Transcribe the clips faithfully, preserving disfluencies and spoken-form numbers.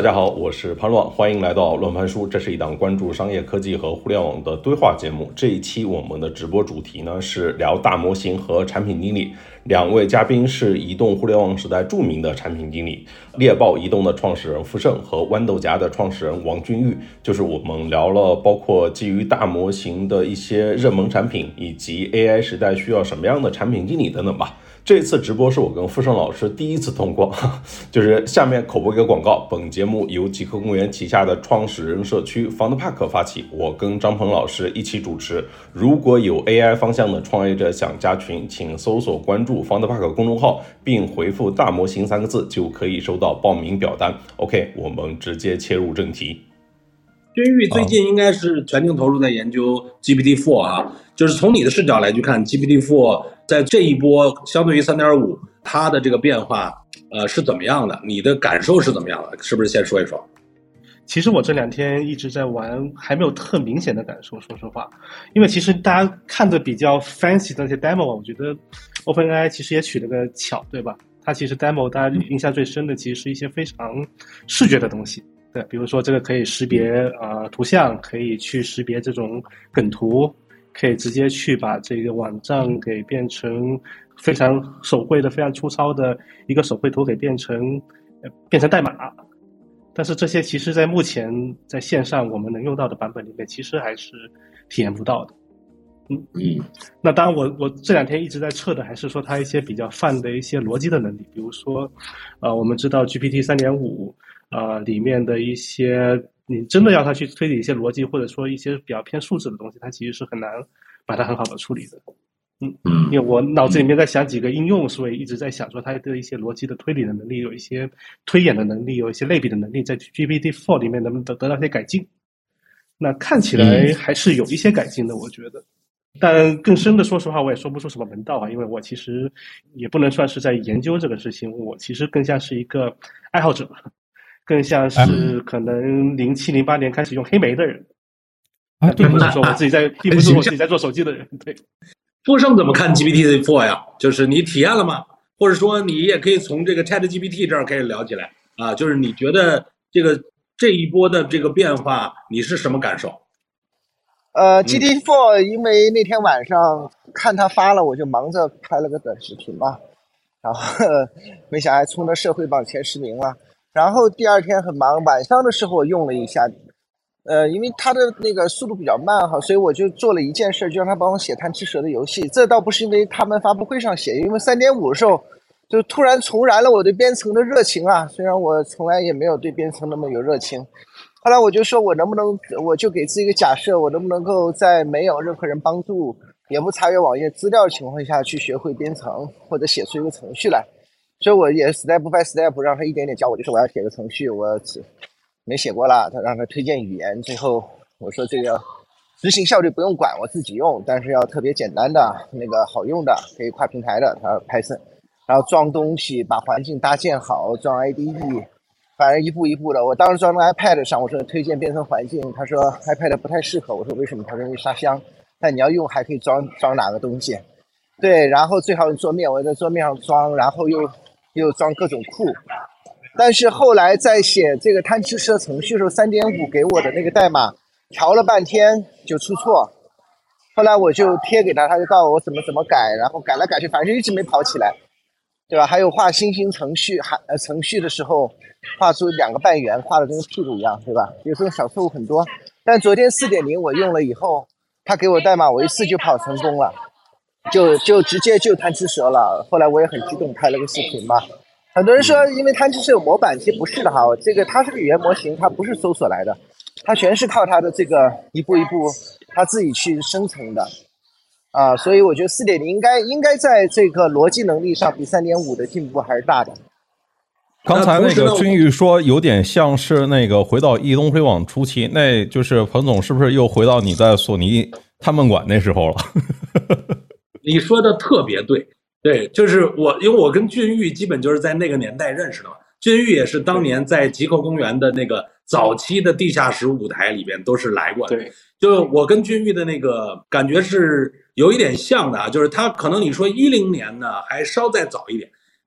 家好，我是潘乱，欢迎来到乱潘书。这是一档关注商业科技和互联网的对话节目。这一期我们的直播主题呢是聊大模型和产品经理。两位嘉宾是移动互联网时代著名的产品经理，猎豹移动的创始人傅盛和豌豆荚的创始人王俊玉。就是我们聊了包括基于大模型的一些热门产品，以及 A I 时代需要什么样的产品经理等等吧。这次直播是我跟傅盛老师第一次通过，就是下面口播一个广告。本节目由极客公园旗下的创始人社区 Foundpark 发起，我跟张鹏老师一起主持。如果有 A I 方向的创业者想加群，请搜索关注 Foundpark 公众号，并回复大模型三个字就可以收到报名表单。 OK， 我们直接切入正题。 君玉最近应该是全情投入在研究 G P T 四 啊，就是从你的视角来去看 G P T 四 在这一波相对于 三点五 它的这个变化呃是怎么样的，你的感受是怎么样的，是不是先说一说？ 其实我这两天一直在玩，还没有特明显的感受，说实话。因为其实大家看着比较 fancy 的那些 demo， 我觉得 OpenAI 其实也取了个巧，对吧？它其实 demo 大家印象最深的其实是一些非常视觉的东西。对，比如说这个可以识别呃图像，可以去识别这种梗图，可以直接去把这个网站给变成非常手绘的、非常粗糙的一个手绘图给变成、呃、变成代码。但是这些其实在目前在线上我们能用到的版本里面，其实还是体验不到的。嗯嗯，那当然我我这两天一直在测的还是说它一些比较泛的一些逻辑的能力，比如说呃我们知道 G P T 三点五。呃，里面的一些你真的要它去推理一些逻辑，或者说一些比较偏数字的东西，它其实是很难把它很好的处理的。嗯嗯，因为我脑子里面在想几个应用，所以一直在想说它的一些逻辑的推理的能力，有一些推演的能力，有一些类比的能力，在 G P T 四 里面能不能得到一些改进？那看起来还是有一些改进的，我觉得。但更深的，说实话，我也说不出什么门道啊，因为我其实也不能算是在研究这个事情，我其实更像是一个爱好者。更像是可能零七零八年开始用黑莓的人啊，并不是说我自己在，并不是我自己在做手机的人。对， 傅盛怎么看 G P T 四 呀？就是你体验了吗？或者说你也可以从这个 ChatGPT 这儿开始聊起来啊？就是你觉得这个这一波的这个变化，你是什么感受？ 呃 ，G P T 四 因为那天晚上看他发了，我就忙着拍了个短视频嘛，然后没想到还冲到社会榜前十名了。然后第二天很忙，晚上的时候我用了一下，呃，因为它的那个速度比较慢哈，所以我就做了一件事，就让他帮我写贪吃蛇的游戏。这倒不是因为他们发布会上写，因为 三点五 的时候就突然重燃了我对编程的热情啊，虽然我从来也没有对编程那么有热情。后来我就说我能不能，我就给自己一个假设，我能不能够在没有任何人帮助，也不查阅网页资料的情况下去学会编程，或者写出一个程序来。所以我也 step by step 让他一点点教我，就是我要写个程序，我没写过了，他让他推荐语言，最后我说这个执行效率不用管，我自己用，但是要特别简单的那个好用的可以跨平台的，他 Python， 然后装东西把环境搭建好，装 I D E， 反正一步一步的。我当时装到 iPad 上，我说推荐编程环境，他说 iPad 不太适合，我说为什么？他说因为沙箱，但你要用还可以装装哪个东西？对，然后最好用桌面，我在桌面上装，然后又又装各种库。但是后来在写这个贪吃蛇程序的时候 ，三点五 给我的那个代码调了半天就出错，后来我就贴给他，他就告诉我怎么怎么改，然后改来改去，反正一直没跑起来，对吧？还有画新兴程序，还呃程序的时候画出两个半圆，画的跟屁股一样，对吧？有这种小错误很多。但昨天 四点零 我用了以后，他给我代码，我一次就跑成功了。就就直接就贪吃蛇了，后来我也很激动，拍了个视频嘛。很多人说，因为贪吃蛇有模板，其实不是的哈。这个它是个语言模型，它不是搜索来的，它全是靠它的这个一步一步，它自己去生成的啊。所以我觉得 四点零 应该应该在这个逻辑能力上比 三点五 的进步还是大的。 刚才那个君玉说有点像是那个回到移动互联网初期，那就是彭总是不是又回到你在索尼探梦馆那时候了？ 你说的特别对，对，就是我，因为我跟俊玉基本就是在那个年代认识的嘛。俊玉也是当年在极客公园的那个早期的地下室舞台里边都是来过的。 对， 就我跟俊玉的那个感觉是有一点像的啊，就是他可能你说一零年呢还稍再早一点，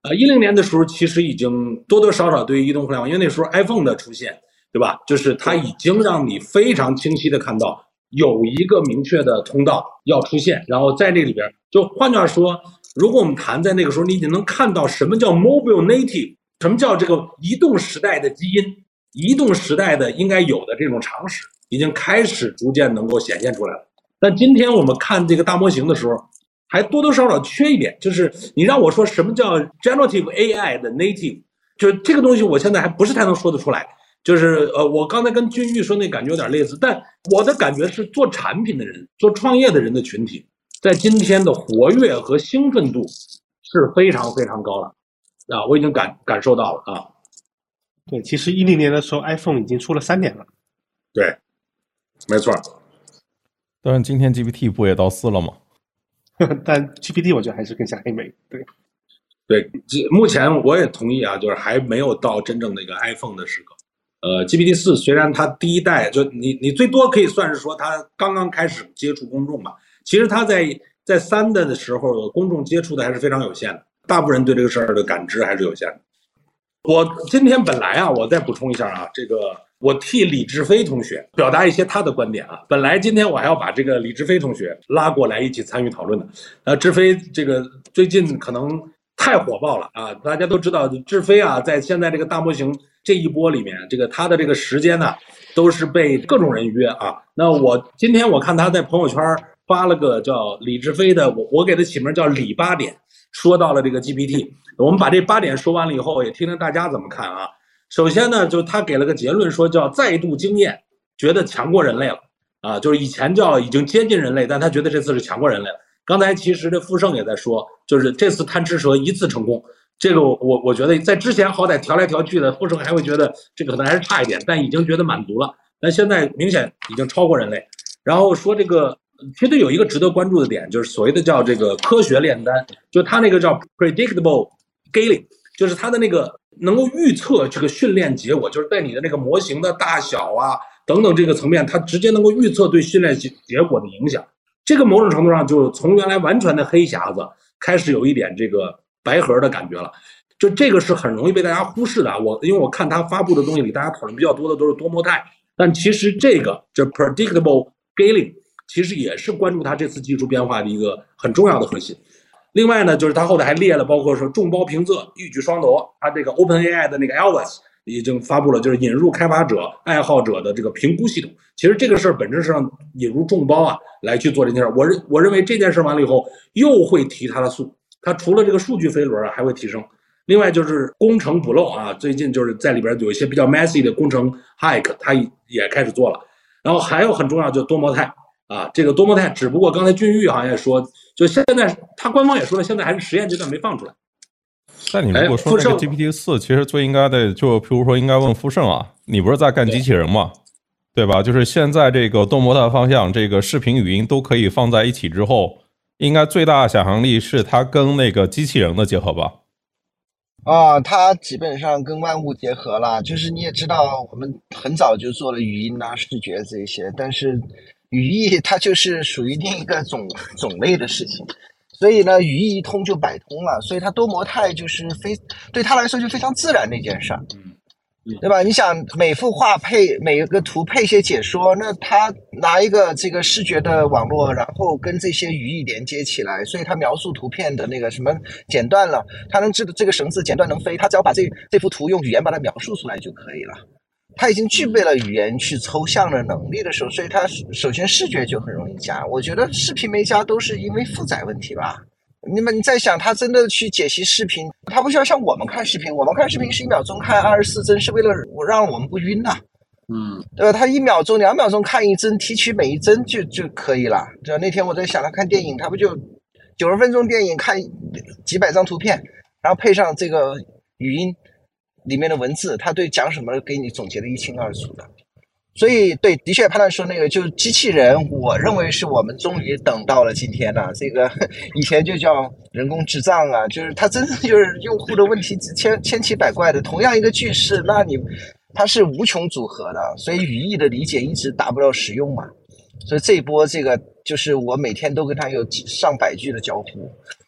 呃，一零年的时候其实已经多多少少对于移动互联网，因为那时候 iPhone 的出现，对吧？就是它已经让你非常清晰的看到有一个明确的通道要出现，然后在这里边，就换句话说，如果我们谈在那个时候，你已经能看到什么叫 mobile native， 什么叫这个移动时代的基因，移动时代的应该有的这种常识，已经开始逐渐能够显现出来了。但今天我们看这个大模型的时候，还多多少少缺一点，就是你让我说什么叫 generative A I 的 native， 就是这个东西我现在还不是太能说得出来。就是呃，我刚才跟君玉说那感觉有点类似，但我的感觉是做产品的人、做创业的人的群体，在今天的活跃和兴奋度是非常非常高了啊！我已经感感受到了啊。 对，其实一零年的时候 ，iPhone 已经出了三年了。 对，没错。 但是今天 G P T 不也到四了吗？ 但 G P T 我觉得还是更像黑莓。对， 对，目前我也同意啊，就是还没有到真正的一个 iPhone 的时刻。呃 ，G P T 四虽然它第一代就你你最多可以算是说它刚刚开始接触公众吧，其实它在在三的的时候，公众接触的还是非常有限的，大部分人对这个事儿的感知还是有限的。我今天本来啊，我再补充一下啊，这个我替李志飞同学表达一些他的观点啊。本来今天我还要把这个李志飞同学拉过来一起参与讨论的，呃，志飞这个最近可能太火爆了啊！大家都知道，志飞啊，在现在这个大模型这一波里面，这个他的这个时间呢，都是被各种人约啊。那我今天我看他在朋友圈发了个叫李志飞的，我我给他起名叫李八点，说到了这个 G P T。我们把这八点说完了以后，也听听大家怎么看啊。首先呢，就他给了个结论，说叫再度惊艳，觉得强过人类了啊，就是以前叫已经接近人类，但他觉得这次是强过人类了。刚才其实这傅盛也在说，就是这次贪吃蛇一次成功，这个我我觉得在之前好歹调来调去的，傅盛还会觉得这个可能还是差一点，但已经觉得满足了。但现在明显已经超过人类。然后说这个，其实有一个值得关注的点，就是所谓的叫这个科学炼丹，就他那个叫 predictable scaling， 就是他的那个能够预测这个训练结果，就是在你的那个模型的大小啊等等这个层面，它直接能够预测对训练结果的影响。这个某种程度上就从原来完全的黑匣子开始有一点这个白盒的感觉了，就这个是很容易被大家忽视的啊。我因为我看他发布的东西里，大家讨论比较多的都是多模态，但其实这个就 predictable scaling 其实也是关注它这次技术变化的一个很重要的核心。另外呢，就是他后台还列了包括说众包评测、一举双得，他这个 OpenAI 的那个 Elvis 已经发布了，就是引入开发者、爱好者的这个评估系统。其实这个事儿本质上引入众包啊来去做这件事，我认我认为这件事完了以后又会提它的速，它除了这个数据飞轮啊还会提升。另外就是工程补漏啊，最近就是在里边有一些比较 messy 的工程 hack， 它也开始做了。然后还有很重要就是多模态啊，这个多模态只不过刚才俊玉好像也说，就现在他官方也说了，现在还是实验阶段没放出来。 但你如果说这个 G P T 四，其实最应该的就譬如说应该问傅盛啊，你不是在干机器人吗？对吧？就是现在这个多模态方向，这个视频语音都可以放在一起之后，应该最大的想象力是它跟那个机器人的结合吧？ 啊，它基本上跟万物结合了。就是你也知道，我们很早就做了语音啊、视觉这些，但是语义它就是属于另一个种种类的事情。所以呢，语义一通就百通了，所以它多模态就是非对它来说就非常自然的一件事儿。对吧？你想每幅画配每个图配一些解说，那他拿一个这个视觉的网络，然后跟这些语义连接起来，所以他描述图片的那个什么剪断了，他能知道这个绳子剪断能飞，他只要把这这幅图用语言把它描述出来就可以了。他已经具备了语言去抽象的能力的时候，所以他首先视觉就很容易加。我觉得视频没加都是因为负载问题吧。你们你在想他真的去解析视频，他不需要像我们看视频，我们看视频是一秒钟看二十四帧，是为了让我们不晕呐、啊，嗯，对吧？他一秒钟两秒钟看一帧，提取每一帧就就可以了。对吧？那天我在想他看电影，他不就九十分钟电影看几百张图片，然后配上这个语音里面的文字，他对讲什么给你总结的一清二楚的。所以对，的确潘乱说那个就机器人，我认为是我们终于等到了今天了。这个以前就叫人工智障啊，就是它真的就是用户的问题千千奇百怪的，同样一个句式，那你它是无穷组合的，所以语义的理解一直达不到实用嘛。所以这一波这个就是我每天都跟他有上百句的交互，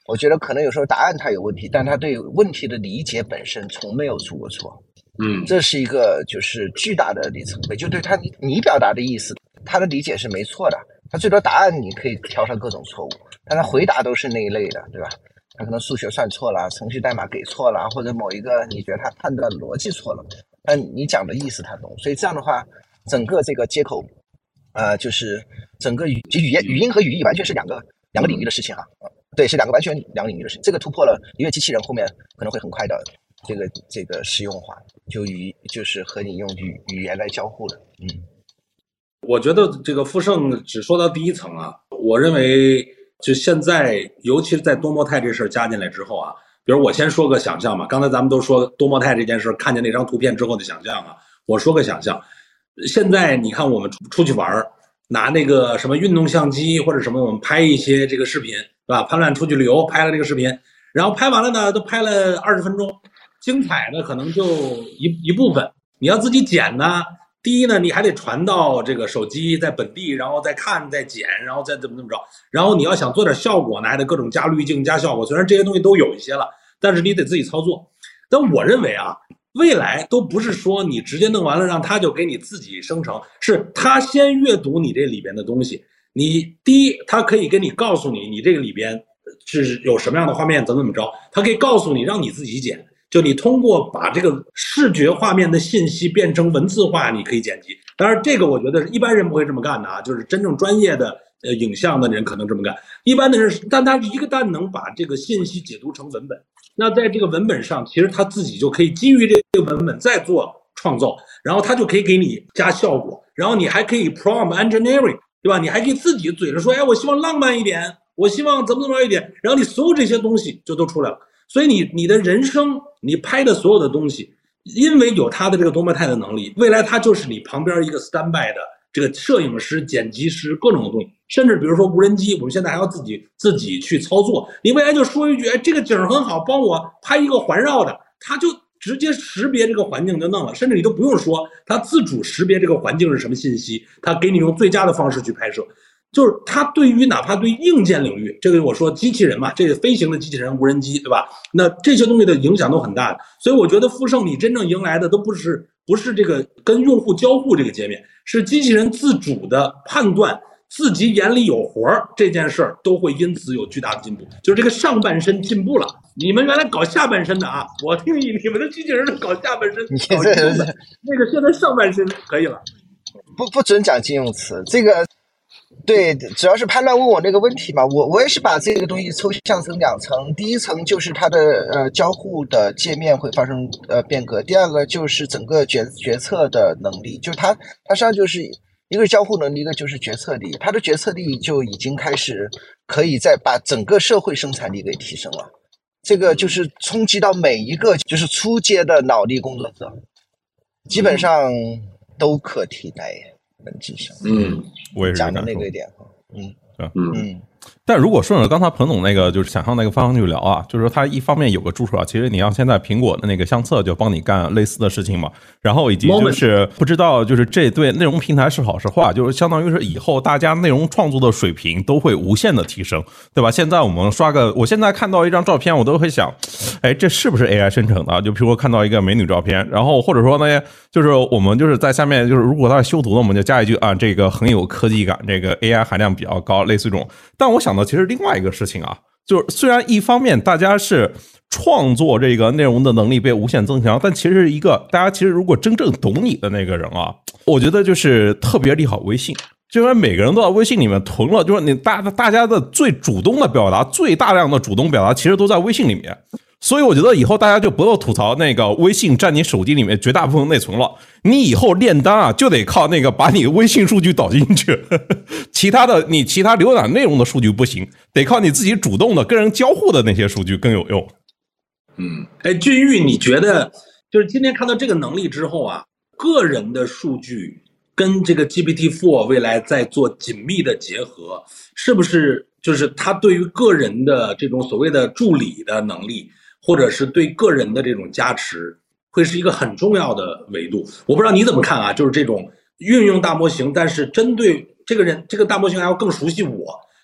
我觉得可能有时候答案它有问题，但他对问题的理解本身从没有出过错。 嗯， 这是一个就是巨大的里程碑，就对他你表达的意思，他的理解是没错的，他最多答案你可以挑上各种错误，但他回答都是那一类的，对吧？他可能数学算错了，程序代码给错了，或者某一个你觉得他判断逻辑错了，但你讲的意思他懂，所以这样的话，整个这个接口，呃，就是整个语语言语音和语义完全是两个两个领域的事情哈、啊，对，是两个完全两个领域的事情，这个突破了音乐机器人后面可能会很快的这个这个实用化，就语就是和你用语语言来交互的，嗯。 我觉得这个富盛只说到第一层啊，我认为就现在，尤其是在多模态这事儿加进来之后啊，比如我先说个想象嘛，刚才咱们都说多模态这件事，看见那张图片之后的想象啊，我说个想象，现在你看我们出去玩，拿那个什么运动相机或者什么，我们拍一些这个视频，对吧？潘乱出去旅游拍了这个视频，然后拍完了呢，都拍了二十分钟，精彩的可能就一一部分，你要自己剪呢。第一呢，你还得传到这个手机在本地，然后再看、再剪，然后再怎么怎么着。然后你要想做点效果呢，还得各种加滤镜、加效果。虽然这些东西都有一些了，但是你得自己操作。但我认为啊，未来都不是说你直接弄完了让他就给你自己生成，是他先阅读你这里边的东西。你第一，他可以跟你告诉你，你这个里边是有什么样的画面，怎么怎么着，他可以告诉你，让你自己剪。就你通过把这个视觉画面的信息变成文字化，你可以剪辑。当然，这个我觉得一般人不会这么干的啊，就是真正专业的呃影像的人可能这么干。一般的人，但他一个旦能把这个信息解读成文本，那在这个文本上，其实他自己就可以基于这个文本再做创造，然后他就可以给你加效果，然后你还可以 prompt engineering， 对吧？你还可以自己嘴着说，哎，我希望浪漫一点，我希望怎么怎么一点，然后你所有这些东西就都出来了。所以你你的人生，你拍的所有的东西，因为有他的这个多模态的能力，未来他就是你旁边一个 standby 的这个摄影师、剪辑师各种的东西，甚至比如说无人机，我们现在还要自己自己去操作。你未来就说一句，哎，这个景很好，帮我拍一个环绕的，他就直接识别这个环境就弄了，甚至你都不用说，他自主识别这个环境是什么信息，他给你用最佳的方式去拍摄。就是它对于哪怕对硬件领域，这个我说机器人嘛，这个飞行的机器人、无人机，对吧？那这些东西的影响都很大的。所以我觉得富盛你真正迎来的都不是不是这个跟用户交互这个界面，是机器人自主的判断自己眼里有活儿这件事儿，都会因此有巨大的进步。就是这个上半身进步了，你们原来搞下半身的啊，我听你你们的机器人是搞下半身，搞进步的，那个现在上半身可以了。 不不准讲金融词，这个。对，主要是潘乱问我那个问题嘛，我我也是把这个东西抽象成两层，第一层就是它的呃交互的界面会发生呃变革，第二个就是整个决决策的能力，就它它实际上就是一个是交互能力，一个就是决策力，它的决策力就已经开始可以再把整个社会生产力给提升了，这个就是冲击到每一个就是初阶的脑力工作者，基本上都可替代。本质上， 嗯， 我也是讲的那个一点，嗯嗯嗯。 但如果顺着刚才彭总那个就是想象那个方向去聊啊，就是说它一方面有个助手啊，其实你像现在苹果的那个相册就帮你干类似的事情嘛，然后以及就是不知道就是这对内容平台是好是坏，就是相当于是以后大家内容创作的水平都会无限的提升，对吧？现在我们刷个，我现在看到一张照片，我都会想，哎，这是不是 A I 生成的？就比如说看到一个美女照片，然后或者说呢，就是我们就是在下面就是如果它是修图的，我们就加一句啊，这个很有科技感，这个 A I 含量比较高，类似这种。但我想到其实另外一个事情啊，就是虽然一方面大家是创作这个内容的能力被无限增强，但其实一个大家其实如果真正懂你的那个人啊，我觉得就是特别利好微信，就因为每个人都在微信里面囤了，就是你大大家的最主动的表达，最大量的主动表达其实都在微信里面。所以我觉得以后大家就不要吐槽那个微信占你手机里面绝大部分内存了，你以后炼丹啊就得靠那个把你微信数据导进去，呵呵，其他的你其他浏览内容的数据不行，得靠你自己主动的跟人交互的那些数据更有用。 嗯，哎，俊玉，你觉得就是今天看到这个能力之后啊，个人的数据跟这个 G P T 四 未来在做紧密的结合，是不是就是它对于个人的这种所谓的助理的能力，或者是对个人的这种加持，会是一个很重要的维度？我不知道你怎么看啊，就是这种运用大模型，但是针对这个人，这个大模型还要更熟悉我，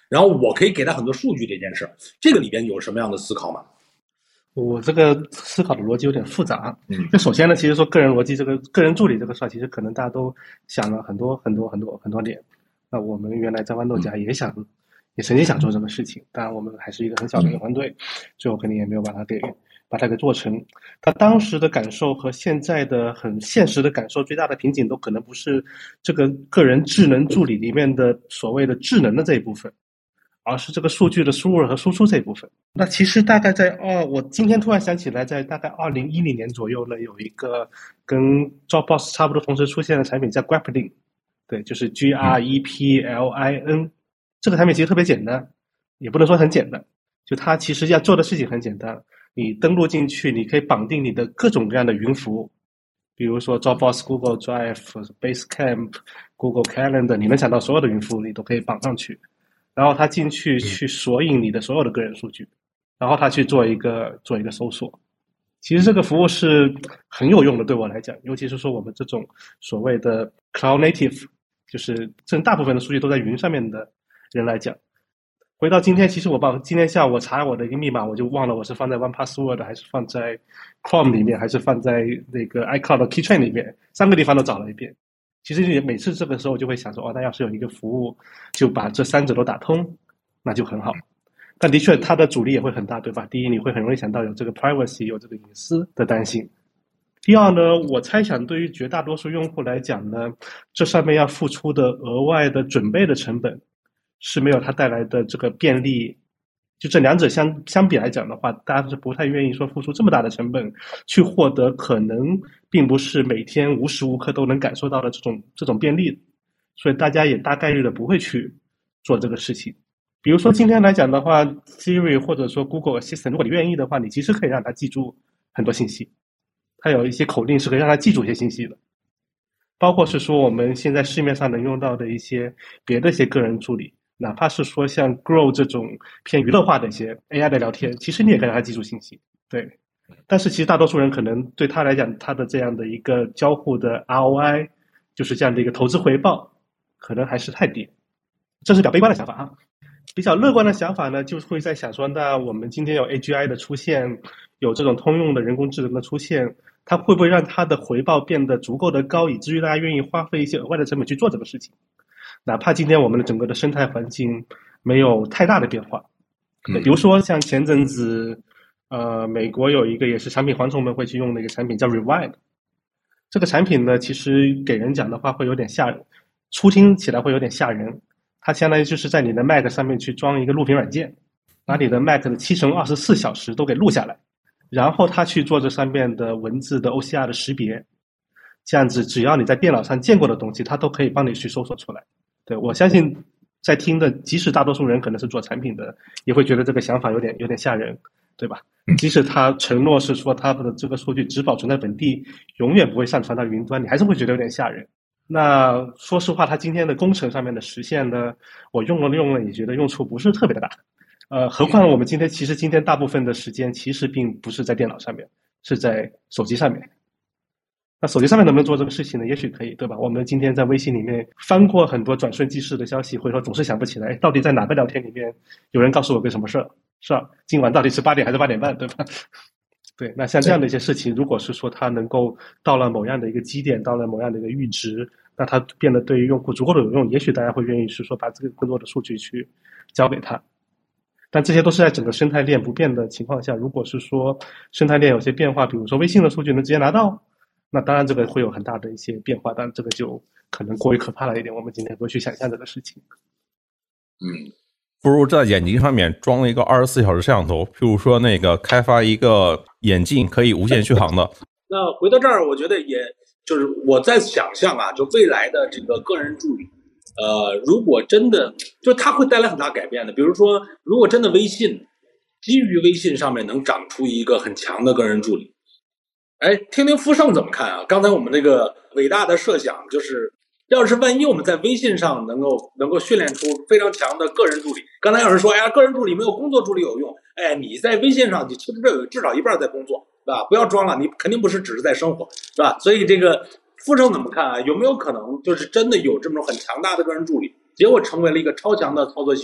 然后我可以给他很多数据这件事，这个里边有什么样的思考吗？ 我这个思考的逻辑有点复杂。 嗯， 就首先呢，其实说个人逻辑这个个人助理这个事儿，其实可能大家都想了很多很多很多很多年。那我们原来在豌豆荚也想，嗯、也曾经想做这个事情，当然我们还是一个很小的一个团队，最后肯定也没有把它给把它给做成。他当时的感受和现在的很现实的感受，最大的瓶颈都可能不是这个个人智能助理里面的所谓的智能的这一部分，而是这个数据的输入和输出这一部分。那其实大概在哦，我今天突然想起来，在大概二零一零年左右呢，有一个跟 Dropbox 差不多同时出现的产品叫 Graplin， 对，就是 G R E P L I N。这个产品其实特别简单，也不能说很简单，就它其实要做的事情很简单。你登录进去，你可以绑定你的各种各样的云服务，比如说 Dropbox、Google Drive、Basecamp、Google Calendar， 你能想到所有的云服务你都可以绑上去。然后他进去去索引你的所有的个人数据，然后他去做一个做一个搜索。其实这个服务是很有用的，对我来讲，尤其是说我们这种所谓的 Cloud Native， 就是这大部分的数据都在云上面的人来讲。回到今天，其实我把今天下午我查我的一个密码，我就忘了我是放在 OnePassword 还是放在 Chrome 里面，还是放在那个 iCloud Keychain 里面，三个地方都找了一遍。其实你每次这个时候就会想说，哦，那要是有一个服务就把这三者都打通，那就很好。但的确它的阻力也会很大，对吧？第一，你会很容易想到有这个 privacy， 有这个隐私的担心。第二呢，我猜想对于绝大多数用户来讲呢，这上面要付出的额外的准备的成本是没有它带来的这个便利。就这两者相相比来讲的话，大家是不太愿意说付出这么大的成本去获得可能并不是每天无时无刻都能感受到的这种这种便利，所以大家也大概率的不会去做这个事情。比如说今天来讲的话 Siri 或者说 Google Assistant， 如果你愿意的话，你其实可以让它记住很多信息，它有一些口令是可以让它记住一些信息的，包括是说我们现在市面上能用到的一些别的一些个人助理，哪怕是说像 Grow 这种偏娱乐化的一些 A I 的聊天，其实你也可以让它记住信息，对。但是其实大多数人可能对他来讲，他的这样的一个交互的 R O I， 就是这样的一个投资回报，可能还是太低。这是比较悲观的想法啊。比较乐观的想法呢，就会在想说，那我们今天有 A G I 的出现，有这种通用的人工智能的出现，它会不会让它的回报变得足够的高，以至于大家愿意花费一些额外的成本去做这个事情？哪怕今天我们的整个的生态环境没有太大的变化，嗯、比如说像前阵子，呃，美国有一个也是产品蝗虫们会去用的一个产品叫 Rewind， 这个产品呢，其实给人讲的话会有点吓人，初听起来会有点吓人。它相当于就是在你的 Mac 上面去装一个录屏软件，把你的 Mac 的七乘二十四小时都给录下来，然后它去做这上面的文字的 O C R 的识别，这样子只要你在电脑上见过的东西，它都可以帮你去搜索出来。对，我相信在听的即使大多数人可能是做产品的，也会觉得这个想法有点有点吓人，对吧？即使他承诺是说他的这个数据只保存在本地，永远不会上传到云端，你还是会觉得有点吓人。那说实话，他今天的工程上面的实现呢，我用了用了也觉得用处不是特别的大。呃，何况我们今天其实今天大部分的时间其实并不是在电脑上面，是在手机上面。那手机上面能不能做这个事情呢？也许可以，对吧？我们今天在微信里面翻过很多转瞬即逝的消息，回头总是想不起来，到底在哪个聊天里面有人告诉我个什么事儿，是吧？今晚到底是八点还是八点半，对吧？对，那像这样的一些事情，如果是说它能够到了某样的一个基点，到了某样的一个阈值，那它变得对于用户足够的有用，也许大家会愿意是说把这个更多的数据去交给他。但这些都是在整个生态链不变的情况下，如果是说生态链有些变化，比如说微信的数据能直接拿到，那当然这个会有很大的一些变化，但这个就可能过于可怕了一点，我们今天不会去想象这个事情。 嗯， 不如在眼镜上面装了一个二十四小时摄像头，譬如说那个开发一个眼镜可以无线续航的。 那回到这儿，我觉得也就是我在想象啊，就未来的这个个人助理，呃，如果真的就它会带来很大改变的。比如说，如果真的微信基于微信上面能长出一个很强的个人助理，哎，听听富盛怎么看啊？刚才我们这个伟大的设想就是。要是万一我们在微信上能够能够训练出非常强的个人助理，刚才有人说，哎呀，个人助理没有工作助理有用，哎，你在微信上你其实这有至少一半在工作，是吧？不要装了，你肯定不是只是在生活，是吧？所以这个富盛怎么看啊？有没有可能就是真的有这么种很强大的个人助理，结果成为了一个超强的操作系统，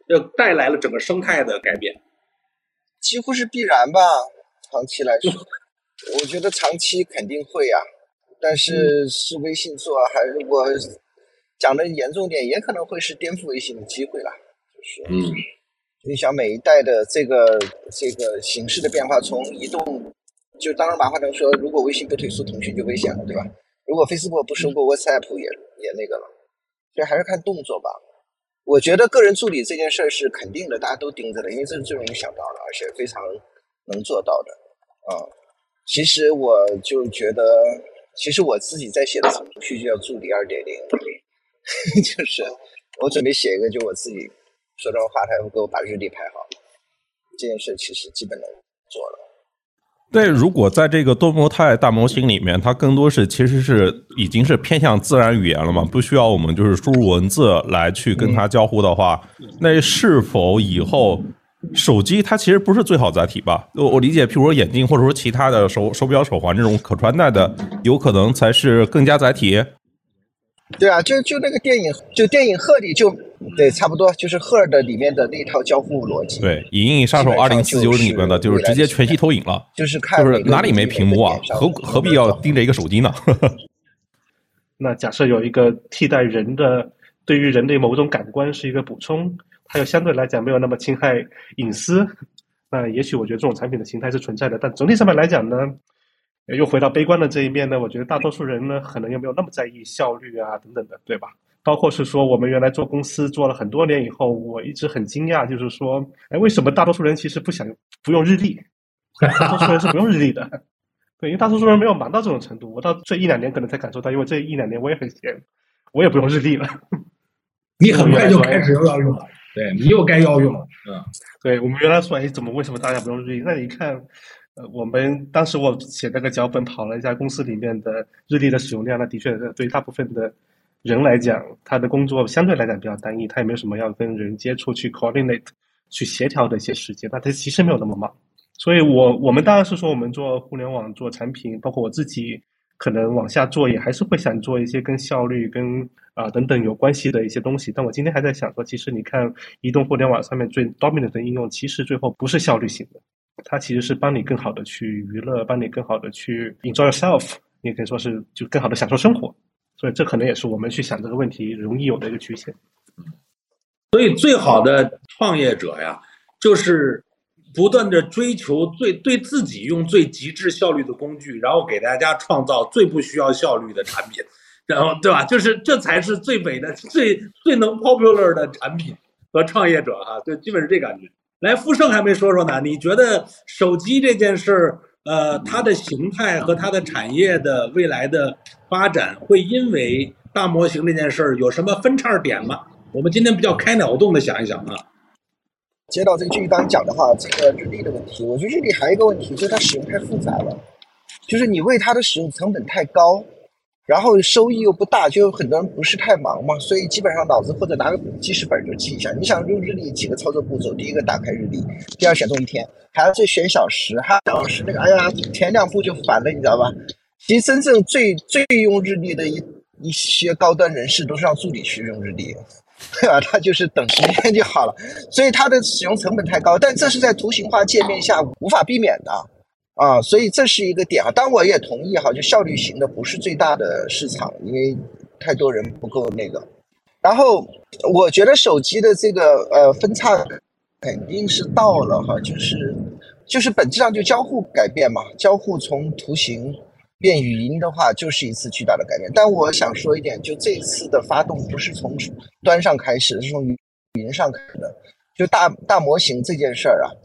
就带来了整个生态的改变？ 几乎是必然吧，长期来说，我觉得长期肯定会啊。但是是微信做，还是我讲的严重点，也可能会是颠覆微信的机会啦。就是， 嗯， 你想每一代的这个这个形式的变化，从移动，就当然马化腾说，如果微信不退出腾讯就危险了，对吧？如果 Facebook 不收购 WhatsApp 也也那个了，所以还是看动作吧。我觉得个人助理这件事儿是肯定的，大家都盯着的，因为这是最容易想到的，而且非常能做到的啊、嗯。其实我就觉得。其实我自己在写的程序就叫助理 二点零， 就是我准备写一个，就我自己说这种话，他会给我把日历排好。这件事其实基本能做了。 对，如果在这个多模态大模型里面，它更多是其实是已经是偏向自然语言了嘛，不需要我们就是输入文字来去跟它交互的话，那是否以后手机它其实不是最好载体吧？我我理解，譬如说眼镜或者说其他的手手表、手环这种可穿戴的，有可能才是更加载体。 对啊，就就那个电影，就电影鹤里就对，差不多就是鹤的里面的那套交互逻辑。 对，《银翼杀手二零四九》里面的就是直接全息投影了， 就是看就是哪里没屏幕啊？何何必要盯着一个手机呢？ 那假设有一个替代人的，对于人类某种感官是一个补充。它又相对来讲没有那么侵害隐私，那也许我觉得这种产品的形态是存在的，但总体上面来讲呢，又回到悲观的这一面呢，我觉得大多数人呢可能又没有那么在意效率啊等等的，对吧？包括是说我们原来做公司做了很多年以后，我一直很惊讶，就是说，哎，为什么大多数人其实不想不用日历？大多数人是不用日历的，对，因为大多数人没有忙到这种程度。我到这一两年可能才感受到，因为这一两年我也很闲，我也不用日历了。 你很快就开始要用了。对，你又该要用了，嗯， 对，我们原来说，哎，怎么为什么大家不用日历？那你看，呃，我们当时我写那个脚本，跑了一下公司里面的日历的使用量，那的确对大部分的人来讲，他的工作相对来讲比较单一，他也没有什么要跟人接触、去 coordinate、去协调的一些时间，那他其实没有那么忙。所以我我们当然是说，我们做互联网、做产品，包括我自己，可能往下做也还是会想做一些跟效率、跟啊、呃、等等有关系的一些东西。但我今天还在想说，其实你看移动互联网上面最 dominant 的应用，其实最后不是效率型的，它其实是帮你更好的去娱乐，帮你更好的去 enjoy yourself， 你也可以说是就更好的享受生活。所以这可能也是我们去想这个问题容易有的一个局限。 所以最好的创业者呀，就是不断的追求最对自己用最极致效率的工具，然后给大家创造最不需要效率的产品，然后对吧？就是这才是最美的、最最能 popular 的产品和创业者哈，就基本是这感觉。来，富盛还没说说呢，你觉得手机这件事儿，呃，它的形态和它的产业的未来的发展，会因为大模型这件事儿有什么分叉点吗？我们今天比较开脑洞的想一想啊。 接到这个继续刚刚讲的话，这个日历的问题，我觉得日历还有一个问题，就是它使用太复杂了，就是你为它的使用成本太高，然后收益又不大，就有很多人不是太忙嘛，所以基本上脑子或者拿个记事本就记一下。你想用日历几个操作步骤，第一个打开日历，第二选中一天，还要再选小时，还要小时那个，哎呀，前两步就烦了，你知道吧？其实真正最最用日历的一一些高端人士都是让助理去用日历。对吧？它就是等时间就好了，所以它的使用成本太高，但这是在图形化界面下无法避免的啊，所以这是一个点啊。当然我也同意哈，就效率型的不是最大的市场，因为太多人不够那个。然后我觉得手机的这个呃分叉肯定是到了哈，就是就是本质上就交互改变嘛，交互从图形变语音的话，就是一次巨大的改变。但我想说一点，就这次的发动不是从端上开始，是从语音上开始的。就大大模型这件事儿啊，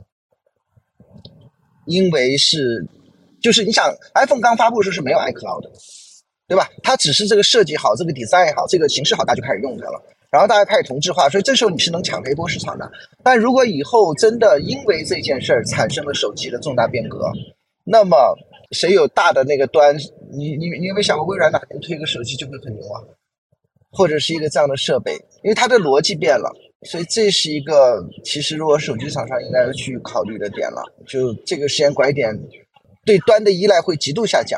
因为是，就是你想 ，iPhone 刚发布的时候是没有 iCloud 的，对吧？它只是这个设计好，这个 design 好，这个形式好，大家就开始用它了。然后大家开始同质化，所以这时候你是能抢回一波市场的。但如果以后真的因为这件事儿产生了手机的重大变革，那么谁有大的那个端，你你你有没有想过微软哪天推个手机就会很牛啊？或者是一个这样的设备，因为它的逻辑变了，所以这是一个其实如果手机厂商应该去考虑的点了。就这个时间拐点，对端的依赖会极度下降。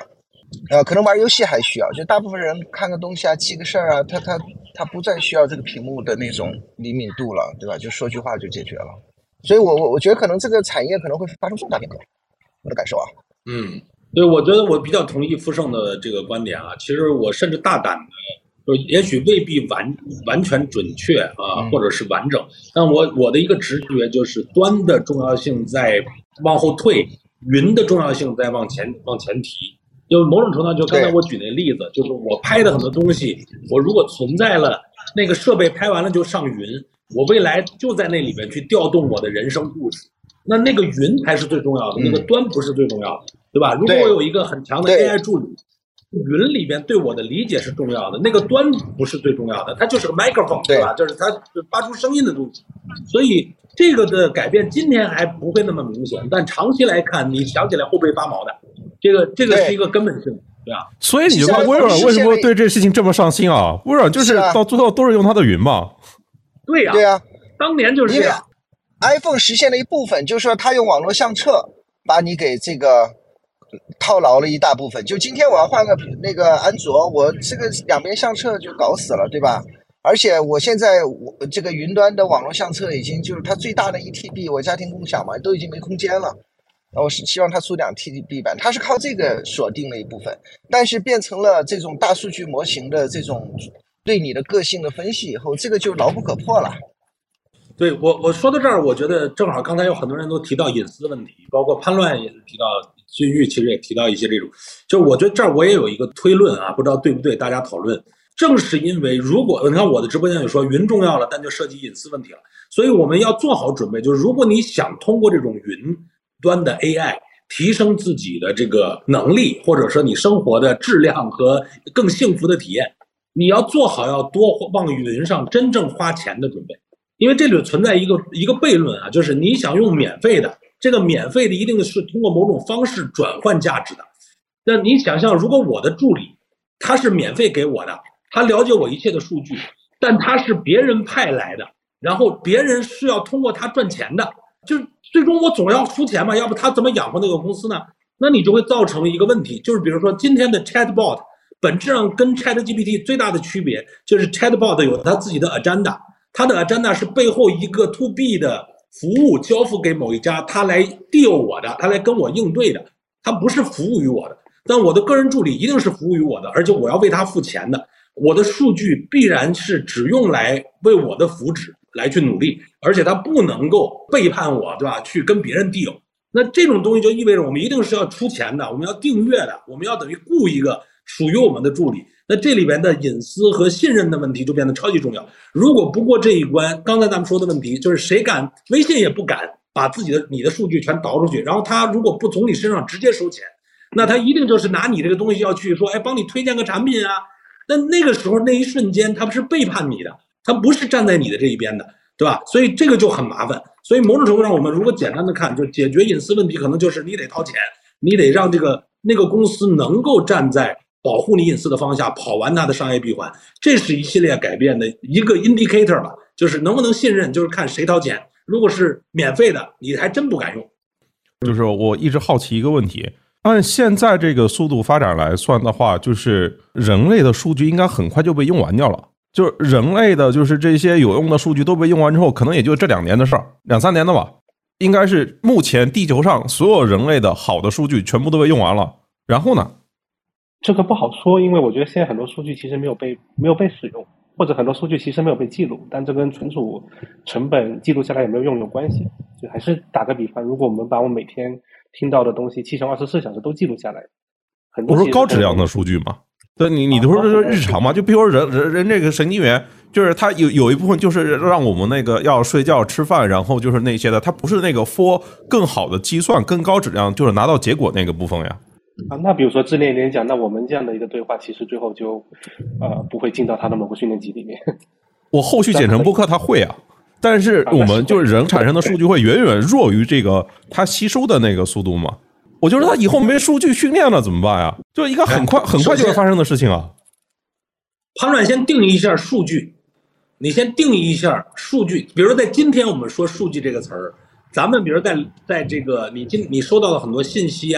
呃，可能玩游戏还需要，就大部分人看个东西啊、记个事儿啊，他他他不再需要这个屏幕的那种灵敏度了，对吧？就说句话就解决了。所以我我我觉得可能这个产业可能会发生重大变革，我的感受啊。 嗯，对，我觉得我比较同意傅盛的这个观点啊。其实我甚至大胆的，就也许未必完完全准确啊，或者是完整，但我我的一个直觉就是端的重要性在往后退，云的重要性在往前往前提。就某种程度上，就刚才我举那例子，就是我拍的很多东西，我如果存在了那个设备拍完了就上云，我未来就在那里面去调动我的人生故事。那那个云才是最重要的，那个端不是最重要的，对吧？如果我有一个很强的 A I 助理，云里边对我的理解是重要的，那个端不是最重要的，它就是个 microphone， 对吧？就是它发出声音的东西。所以这个的改变今天还不会那么明显，但长期来看，你想起来会被发毛的。这个这个是一个根本性，对吧？ 所以你就看微软为什么对这事情这么上心啊？微软就是到最后都是用它的云嘛。 对呀， 对呀， 当年就是这样。 iPhone 实现了一部分，就是说它用网络相册把你给这个套牢了一大部分。就今天我要换个那个安卓，我这个两边相册就搞死了，对吧？而且我现在我这个云端的网络相册已经就是它最大的一 T B， 我家庭共享嘛，都已经没空间了。我是希望它出两 T B 版，它是靠这个锁定了一部分，但是变成了这种大数据模型的这种对你的个性的分析以后，这个就牢不可破了。 对，我我说到这儿，我觉得正好刚才有很多人都提到隐私问题，包括潘乱也是提到，君玉其实也提到一些这种，就我觉得这儿我也有一个推论啊，不知道对不对，大家讨论。正是因为如果你看我的直播间也说云重要了，但就涉及隐私问题了，所以我们要做好准备，就是如果你想通过这种云端的 A I 提升自己的这个能力，或者说你生活的质量和更幸福的体验，你要做好要多往云上真正花钱的准备。因为这里存在一个一个悖论啊，就是你想用免费的，这个免费的一定是通过某种方式转换价值的。那你想象，如果我的助理他是免费给我的，他了解我一切的数据，但他是别人派来的，然后别人是要通过他赚钱的，就是最终我总要出钱嘛，要不他怎么养活那个公司呢？那你就会造成一个问题，就是比如说今天的 Chatbot 本质上跟 ChatGPT 最大的区别就是 Chatbot 有他自己的 agenda。他的 agenda 是背后一个 to B 的服务交付给某一家，他来 deal 我的，他来跟我应对的，他不是服务于我的。但我的个人助理一定是服务于我的，而且我要为他付钱的。我的数据必然是只用来为我的福祉来去努力，而且他不能够背叛我，对吧？去跟别人 deal。那这种东西就意味着我们一定是要出钱的，我们要订阅的，我们要等于雇一个属于我们的助理。那这里边的隐私和信任的问题就变得超级重要。如果不过这一关，刚才咱们说的问题就是谁敢，微信也不敢把自己的你的数据全导出去，然后他如果不从你身上直接收钱，那他一定就是拿你这个东西要去说，哎，帮你推荐个产品啊。那那个时候那一瞬间他是背叛你的，他不是站在你的这一边的，对吧？所以这个就很麻烦。所以某种程度上，我们如果简单的看，就解决隐私问题，可能就是你得掏钱，你得让这个那个公司能够站在保护你隐私的方向，跑完它的商业闭环，这是一系列改变的一个 indicator 吧，就是能不能信任，就是看谁掏钱。如果是免费的，你还真不敢用。 就是我一直好奇一个问题，按现在这个速度发展来算的话，就是人类的数据应该很快就被用完掉了。就是人类的，就是这些有用的数据都被用完之后，可能也就这两年的事儿，两三年的吧。应该是目前地球上所有人类的好的数据全部都被用完了。然后呢？ 这个不好说，因为我觉得现在很多数据其实没有被没有被使用，或者很多数据其实没有被记录，但这跟存储成本记录下来有没有用有关系。就还是打个比方，如果我们把我们每天听到的东西七乘二十四小时都记录下来，很多我说高质量的数据嘛。对，你你都说这是日常嘛？就比如说人人人这个神经元，就是它有有一部分就是让我们那个要睡觉吃饭，然后就是那些的，它不是那个 for 更好的计算、更高质量，就是拿到结果那个部分呀。 啊，那比如说智联联讲，那我们这样的一个对话，其实最后就呃不会进到它的某个训练集里面。 我后续剪成播客它会啊，但是我们就是人产生的数据会远远弱于这个它吸收的那个速度嘛。我觉得它以后没数据训练了怎么办呀？就一个很快很快就会发生的事情啊。 潘乱先定义一下数据，你先定义一下数据，比如说在今天我们说数据这个词儿，咱们比如在在这个你今你收到了很多信息啊，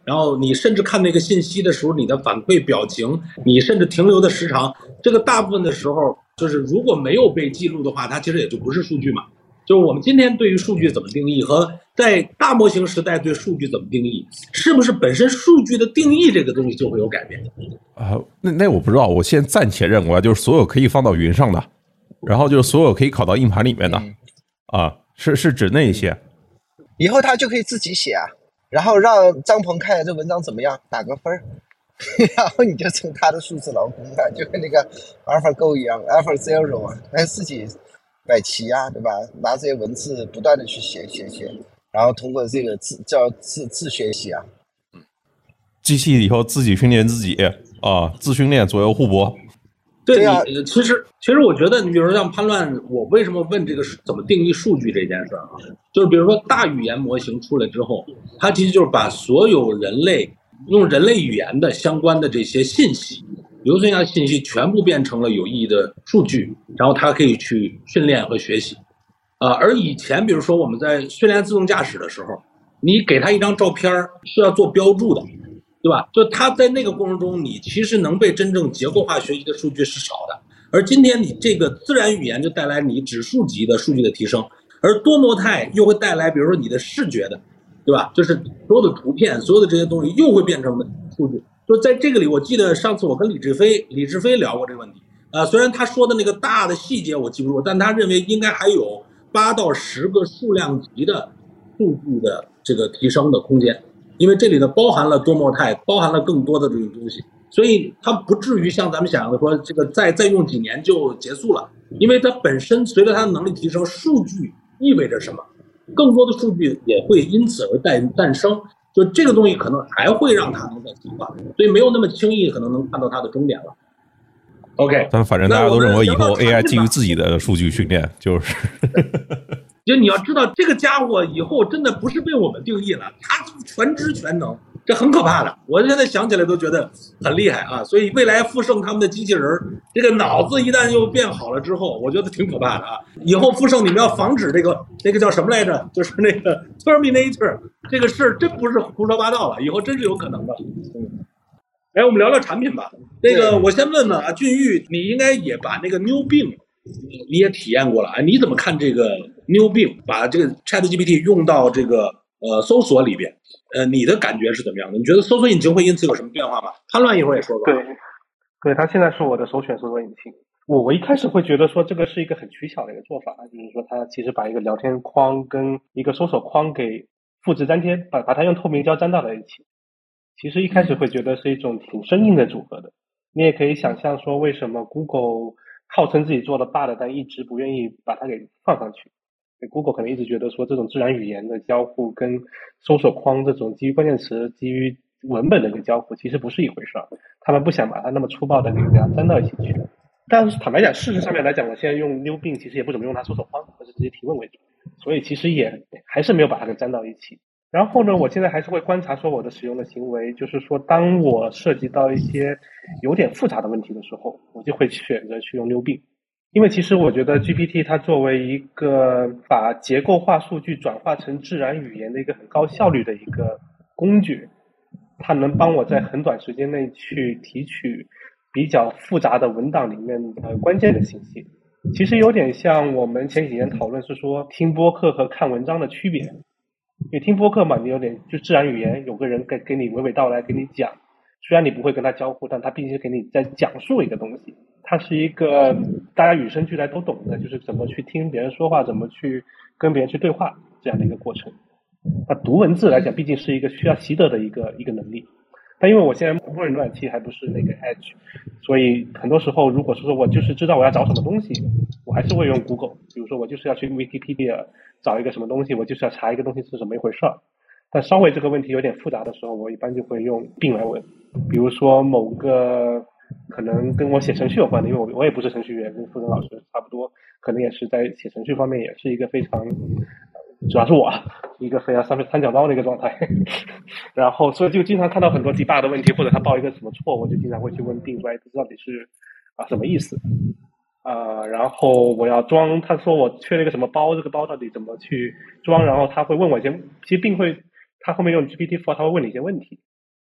然后你甚至看那个信息的时候，你的反馈表情，你甚至停留的时长，这个大部分的时候，就是如果没有被记录的话，它其实也就不是数据嘛。就是我们今天对于数据怎么定义，和在大模型时代对数据怎么定义，是不是本身数据的定义这个东西就会有改变啊、呃？那那我不知道，我现在暂且认为就是所有可以放到云上的，然后就是所有可以拷到硬盘里面的，嗯、啊，是是指那一些。 以后他就可以自己写啊，然后让张鹏看这文章怎么样，打个分儿，然后你就成他的数字劳工了，就跟那个 AlphaGo 一样 ，AlphaZero 啊，他自己摆棋啊，对吧？拿这些文字不断的去写写写，然后通过这个自叫自自学习啊， 机器以后自己训练自己啊，自训练左右互搏。 对啊，你其实其实我觉得，你比如说像潘乱，我为什么问这个怎么定义数据这件事啊？就是比如说大语言模型出来之后，它其实就是把所有人类用人类语言的相关的这些信息，流存下的信息全部变成了有意义的数据，然后它可以去训练和学习。啊、呃，而以前比如说我们在训练自动驾驶的时候，你给它一张照片是要做标注的。对吧？就它在那个过程中，你其实能被真正结构化学习的数据是少的。而今天你这个自然语言就带来你指数级的数据的提升，而多模态又会带来，比如说你的视觉的，对吧？就是所有的图片，所有的这些东西又会变成数据。就在这个里，我记得上次我跟李志飞，李志飞聊过这个问题。呃，虽然他说的那个大的细节我记不住，但他认为应该还有八到十个数量级的数据的这个提升的空间。因为这里呢包含了多模态，包含了更多的这种东西，所以它不至于像咱们想的说这个再再用几年就结束了。因为它本身随着它的能力提升，数据意味着什么？更多的数据也会因此而诞诞生。就这个东西可能还会让它能再进化，所以没有那么轻易可能能看到它的终点了。OK， 但反正大家都认为以后 A I 基于自己的数据训练，就是就你要知道，这个家伙以后真的不是被我们定义了，他全知全能，这很可怕的。我现在想起来都觉得很厉害啊！所以未来复盛他们的机器人，这个脑子一旦又变好了之后，我觉得挺可怕的啊！以后复盛你们要防止这个那个叫什么来着？就是那个 Terminator 这个事真不是胡说八道了，以后真是有可能的。嗯哎，我们聊聊产品吧。那个，我先问问啊，俊玉，你应该也把那个 New Bing 你也体验过了啊？你怎么看这个 New Bing 把这个 ChatGPT 用到这个呃搜索里边？呃，你的感觉是怎么样的？你觉得搜索引擎会因此有什么变化吗？潘乱一会儿也说说。 对，对，它现在是我的首选搜索引擎。我我一开始会觉得说这个是一个很取巧的一个做法，就是说它其实把一个聊天框跟一个搜索框给复制粘贴，把把它用透明胶粘到了一起。其实一开始会觉得是一种挺生硬的组合的，你也可以想象说为什么 Google 号称自己做了 Bard， 但一直不愿意把它给放上去。Google 可能一直觉得说这种自然语言的交互跟搜索框这种基于关键词、基于文本的一个交互其实不是一回事儿，他们不想把它那么粗暴的给大家粘到一起去。但是坦白讲，事实上面来讲，我现在用 New Bing 其实也不怎么用它搜索框，而是直接提问为主，所以其实也还是没有把它给粘到一起。然后呢，我现在还是会观察说我的使用的行为，就是说当我涉及到一些有点复杂的问题的时候，我就会选择去用 New Bing。因为其实我觉得 G P T 它作为一个把结构化数据转化成自然语言的一个很高效率的一个工具，它能帮我在很短时间内去提取比较复杂的文档里面的关键的信息。其实有点像我们前几年讨论是说听播客和看文章的区别。因为听播客嘛，你有点就自然语言，有个人给给你娓娓道来给你讲，虽然你不会跟他交互，但他毕竟给你在讲述一个东西。它是一个大家与生俱来都懂的，就是怎么去听别人说话，怎么去跟别人去对话这样的一个过程。那读文字来讲，毕竟是一个需要习得的一个一个能力。但因为我现在默认浏览器还不是那个 Edge， 所以很多时候如果是说我就是知道我要找什么东西，我还是会用 Google。比如说我就是要去 Wikipedia 找一个什么东西，我就是要查一个东西是什么一回事儿。但稍微这个问题有点复杂的时候，我一般就会用 Bing 来问。比如说某个可能跟我写程序有关的，因为我我也不是程序员，跟傅征老师差不多，可能也是在写程序方面也是一个非常，主要是我一个非常三三脚猫的一个状态，然后所以就经常看到很多 debug 的问题，或者他报一个什么错，我就经常会去问 Bing 说，哎，这到底是啊什么意思？啊、呃，然后我要装，他说我缺了一个什么包，这个包到底怎么去装？然后他会问我一些，其实并会他后面用 G P T 四 他会问你一些问题，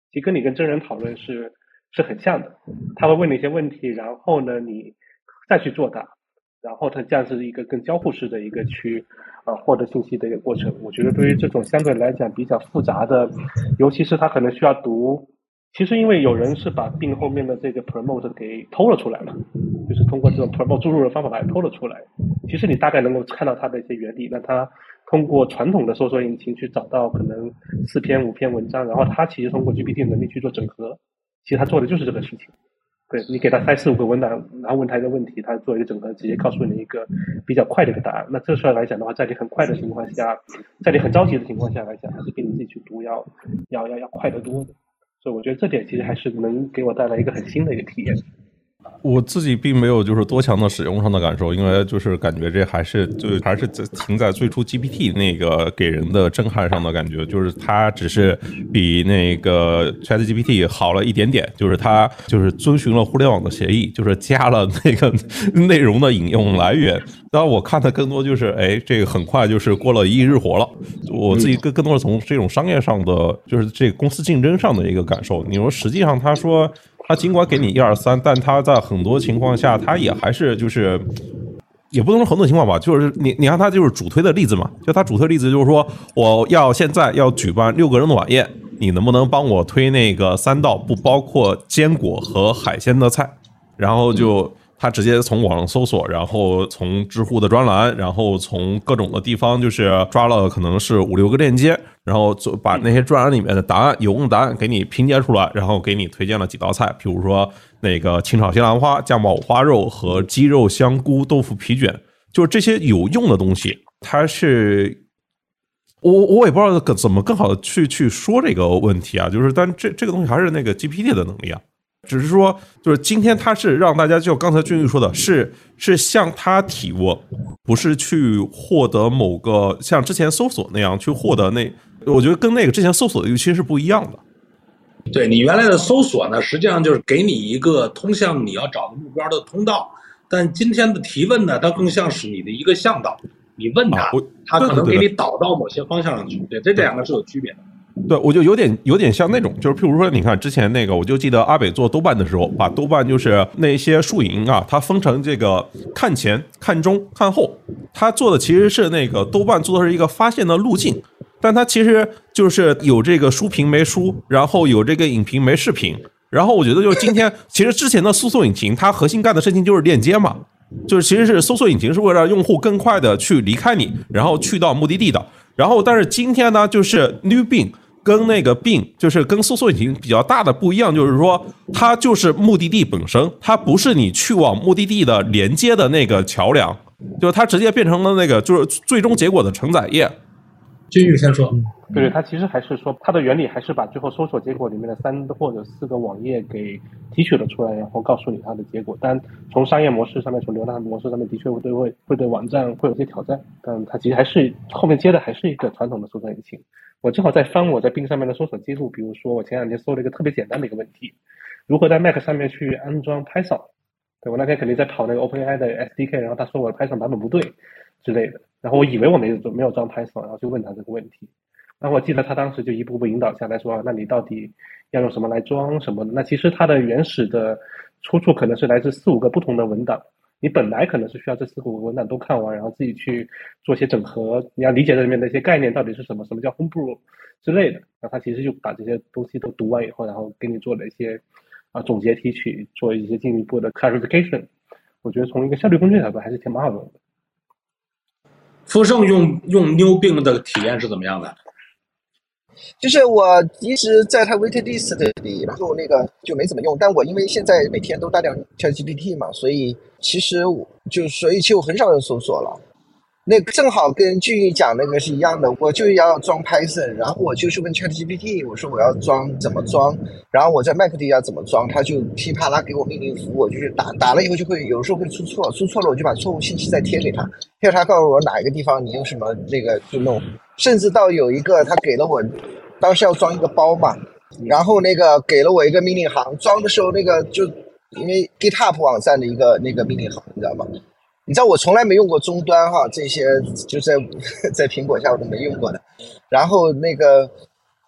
其实跟你跟真人讨论是是很像的。他会问你一些问题，然后呢你再去作答，然后它这样是一个更交互式的一个去呃获得信息的一个过程。我觉得对于这种相对来讲比较复杂的，尤其是他可能需要读，其实因为有人是把病后面的这个 promote 给偷了出来嘛，就是通过这种 promote 注入的方法把它偷了出来。其实你大概能够看到它的一些原理，那它通过传统的搜索引擎去找到可能四篇五篇文章，然后它其实通过 G P T 能力去做整合，其实它做的就是这个事情。对，你给他塞四五个文档，然后问他一个问题，他做一个整合，直接告诉你一个比较快的一个答案。那这事儿来讲的话，在你很快的情况下，在你很着急的情况下来讲，还是比你自己去读要要要要快得多的。所以我觉得这点其实还是能给我带来一个很新的一个体验。 我自己并没有就是多强的使用上的感受，因为就是感觉这还是就还是停在最初 G P T 那个给人的震撼上的感觉，就是它只是比那个 ChatGPT 好了一点点，就是它就是遵循了互联网的协议，就是加了那个内容的引用来源。当然我看的更多就是哎，这个很快就是过了一日活了。我自己更更多是从这种商业上的，就是这个公司竞争上的一个感受。你说实际上他说他尽管给你一二三，但他在很多情况下，他也还是就是，也不能说很多情况吧，就是你你看他就是主推的例子嘛，就他主推例子就是说，我要现在要举办六个人的晚宴，你能不能帮我推那个三道不包括坚果和海鲜的菜？然后就他直接从网上搜索，然后从知乎的专栏，然后从各种的地方就是抓了可能是五六个链接，然后把那些专栏里面的答案有用答案给你拼接出来，然后给你推荐了几道菜，比如说那个清炒西兰花、酱爆五花肉和鸡肉香菇豆腐皮卷，就是这些有用的东西。它是我我也不知道怎么更好的去去说这个问题啊，就是但这这个东西还是那个 G P T 的能力啊。只是说，就是今天他是让大家就刚才俊玉说的，是是向他提问，不是去获得某个像之前搜索那样去获得那，我觉得跟那个之前搜索的预期是不一样的。 对，你原来的搜索呢，实际上就是给你一个通向你要找的目标的通道，但今天的提问呢，它更像是你的一个向导，你问他，啊、他可能给你导到某些方向上去。对，这两个是有区别的。 对，我就有点有点像那种，就是譬如说，你看之前那个，我就记得阿北做豆瓣的时候，把豆瓣就是那些输赢啊，它分成这个看前、看中、看后，他做的其实是那个豆瓣做的是一个发现的路径，但它其实就是有这个书评没书，然后有这个影评没视频，然后我觉得就是今天其实之前的搜索引擎它核心干的事情就是链接嘛，就是其实是搜索引擎是为了让用户更快的去离开你，然后去到目的地的，然后但是今天呢，就是 New Bing。跟那个 Bing 就是跟搜索引擎比较大的不一样，就是说它就是目的地本身，它不是你去往目的地的连接的那个桥梁，就是它直接变成了那个就是最终结果的承载页。 俊玉先说。 对对，它其实还是说它的原理还是把最后搜索结果里面的三或者四个网页给提取了出来，然后告诉你它的结果。但从商业模式上面，从流量模式上面，的确会对会会对网站会有些挑战，但它其实还是后面接的还是一个传统的搜索引擎。我正好在翻我在 Bing 上面的搜索记录，比如说我前两天搜了一个特别简单的一个问题，如何在 Mac 上面去安装 Python。 对，我那天肯定在跑那个 OpenAI 的 S D K， 然后他说我的 Python 版本不对之类的，然后我以为我没有没有装 Python， 然后就问他这个问题。然后我记得他当时就一步步引导下来说，那你到底要用什么来装什么的。那其实它的原始的出处可能是来自四五个不同的文档，你本来可能是需要这四五个文档都看完，然后自己去做一些整合，你要理解这里面的一些概念到底是什么，什么叫 homebrew 之类的。那他其实就把这些东西都读完以后，然后给你做了一些啊总结提取，做一些进一步的 clarification。 我觉得从一个效率工具角度还是挺蛮好用的。 富盛用用 New Bing 的体验是怎么样的？ 就是我一直在它 waitlist 里，然后那个就没怎么用，但我因为现在每天都大量 ChatGPT 嘛，所以其实就所以其实我很少用搜索了。那个正好跟俊玉讲那个是一样的，我就要装 Python， 然后我就去问 ChatGPT， 我说我要装怎么装，然后我在 Mac 底要怎么装，他就噼啪啦给我命令符，我就是打打了以后就会有时候会出错，出错了我就把错误信息再贴给他，贴他告诉我哪一个地方你用什么那个就弄，甚至到有一个他给了我当时要装一个包嘛，然后那个给了我一个命令行，装的时候那个就因为 GitHub 网站的一个那个命令行，你知道吗？你知道我从来没用过终端哈，这些就在在苹果下我都没用过的。然后那个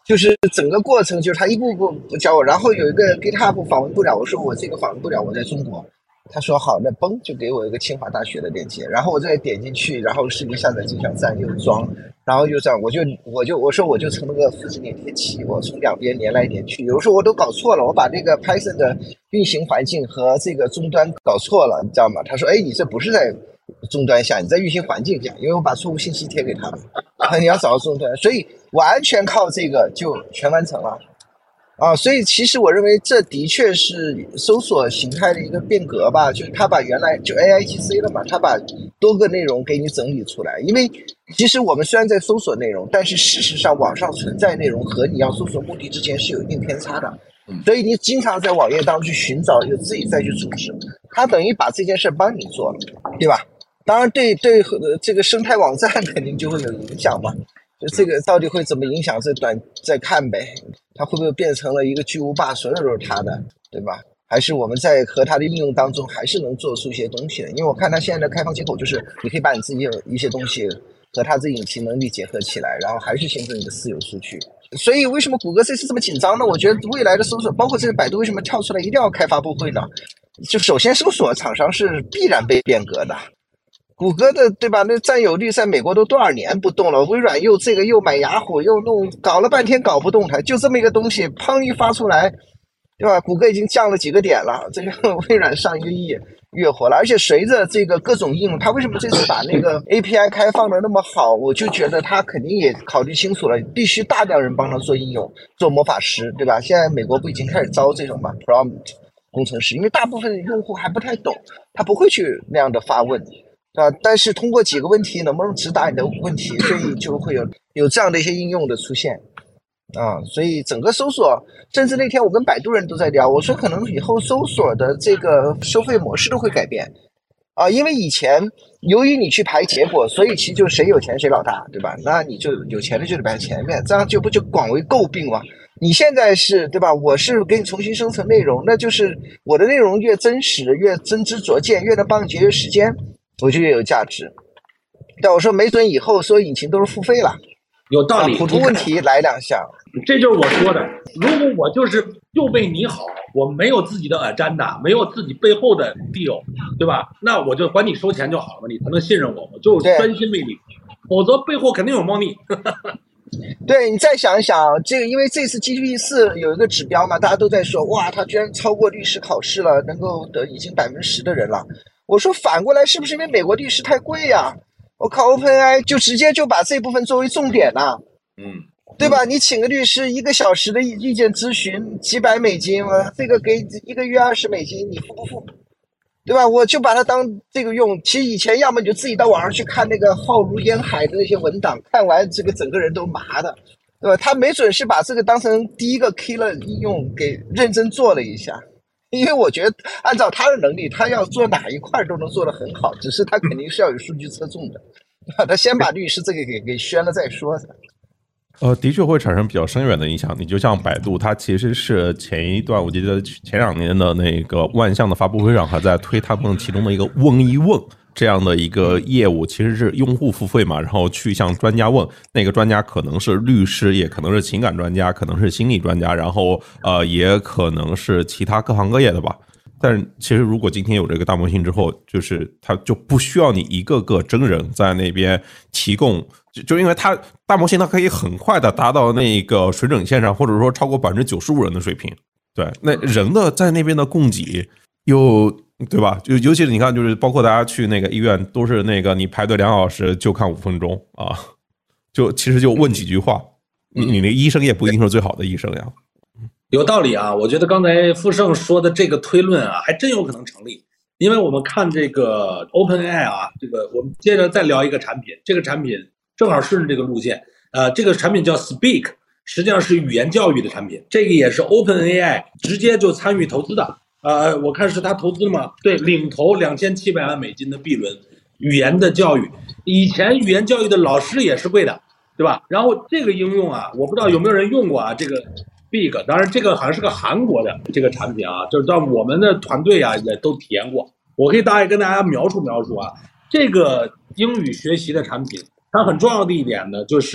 就是整个过程就是他一步步教我，然后有一个 GitHub 访问不了，我说我这个访问不了，我在中国。他说好，那嘣就给我一个清华大学的链接，然后我再点进去，然后视频下载镜像站又装，然后就这样，我就我就我说我就成了个复制粘贴器，我从两边连来连去，有的时候我都搞错了，我把这个 Python 的运行环境和这个终端搞错了，你知道吗？他说，哎，你这不是在终端下，你在运行环境下，因为我把错误信息贴给他了，你要找到终端，所以完全靠这个就全完成了。啊，所以其实我认为这的确是搜索形态的一个变革吧，就是他把原来就 A I G C 了嘛，他把多个内容给你整理出来。因为其实我们虽然在搜索内容，但是事实上网上存在内容和你要搜索目的之间是有一定偏差的，所以你经常在网页当中去寻找，又自己再去组织，他等于把这件事帮你做了，对吧？当然对对这个生态网站肯定就会有影响嘛。就这个到底会怎么影响？这短再看呗，它会不会变成了一个巨无霸，所有都是它的，对吧？还是我们在和它的应用当中，还是能做出一些东西的？因为我看它现在的开放接口，就是你可以把你自己有一些东西和它这引擎能力结合起来，然后还是形成你的私有数据。所以为什么谷歌这次这么紧张呢？我觉得未来的搜索，包括这个百度为什么跳出来一定要开发布会呢？就首先搜索厂商是必然被变革的。谷歌的对吧？那占有率在美国都多少年不动了？微软又这个又买雅虎又弄，搞了半天搞不动它，就这么一个东西，砰一发出来，对吧？谷歌已经降了几个点了，这个微软上一个亿月活了，而且随着这个各种应用，它为什么这次把那个 A P I 开放的那么好？我就觉得它肯定也考虑清楚了，必须大量人帮他做应用，做魔法师，对吧？现在美国不已经开始招这种嘛 prompt 工程师，因为大部分用户还不太懂，他不会去那样的发问。啊，但是通过几个问题能不能直达你的问题，所以就会有有这样的一些应用的出现啊。所以整个搜索，甚至那天我跟百度人都在聊，我说可能以后搜索的这个收费模式都会改变啊，因为以前由于你去排结果，所以其实就谁有钱谁老大，对吧？那你就有钱的就得排前面，这样就不就广为诟病吗？你现在是对吧？我是给你重新生成内容，那就是我的内容越真实、越真知灼见，越能帮你节约时间。我就越有价值，但我说没准以后所有引擎都是付费了， 有道理。 普通问题来两下， 这就是我说的。如果我就是就为你好，我没有自己的 agenda， 没有自己背后的 deal， 对吧？那我就管你收钱就好了嘛，你才能信任我，我就专心为你。否则背后肯定有猫腻。 对，你再想一想，这个因为这次 G P T 四 有一个指标嘛，大家都在说，哇，它居然超过律师考试了，能够得已经百分之十的人了。我说反过来是不是因为美国律师太贵呀？我靠 OpenAI 就直接就把这部分作为重点了， 嗯， 对吧？你请个律师一个小时的意见咨询几百美金，这个给一个月二十美金，你付不付？对吧？我就把它当这个用。其实以前要么你就自己到网上去看那个浩如烟海的那些文档，看完这个整个人都麻的，对吧？他没准是把这个当成第一个 killer 应用给认真做了一下。因为我觉得按照他的能力，他要做哪一块都能做得很好，只是他肯定是要有数据侧重的，他先把律师这个给给宣了再说。 呃，的确会产生比较深远的影响。你就像百度，它其实是前一段，我记得前两年的那个万象的发布会上，还在推他们其中的一个问一问这样的一个业务，其实是用户付费嘛，然后去向专家问，那个专家可能是律师，也可能是情感专家，可能是心理专家，然后呃，也可能是其他各行各业的吧。但是其实如果今天有这个大模型之后，就是它就不需要你一个个真人在那边提供，就就因为它大模型它可以很快的达到那个水准线上，或者说超过百分之九十五人的水平。对，那人的在那边的供给又对吧？就尤其是你看，就是包括大家去那个医院，都是那个你排队两小时就看五分钟啊，就其实就问几句话，你你那医生也不一定是最好的医生呀。 有道理啊，我觉得刚才傅盛说的这个推论啊，还真有可能成立。因为我们看这个 OpenAI 啊，这个我们接着再聊一个产品，这个产品正好顺着这个路线，呃，这个产品叫 Speak， 实际上是语言教育的产品，这个也是 OpenAI 直接就参与投资的，呃，我看是他投资嘛，对，领投两千七百万美金的 B 轮语言的教育，以前语言教育的老师也是贵的，对吧？然后这个应用啊，我不知道有没有人用过啊，这个。Big， 当然这个好像是个韩国的这个产品啊，就是到我们的团队啊也都体验过。我可以大概跟大家描述描述啊，这个英语学习的产品，它很重要的一点呢，就是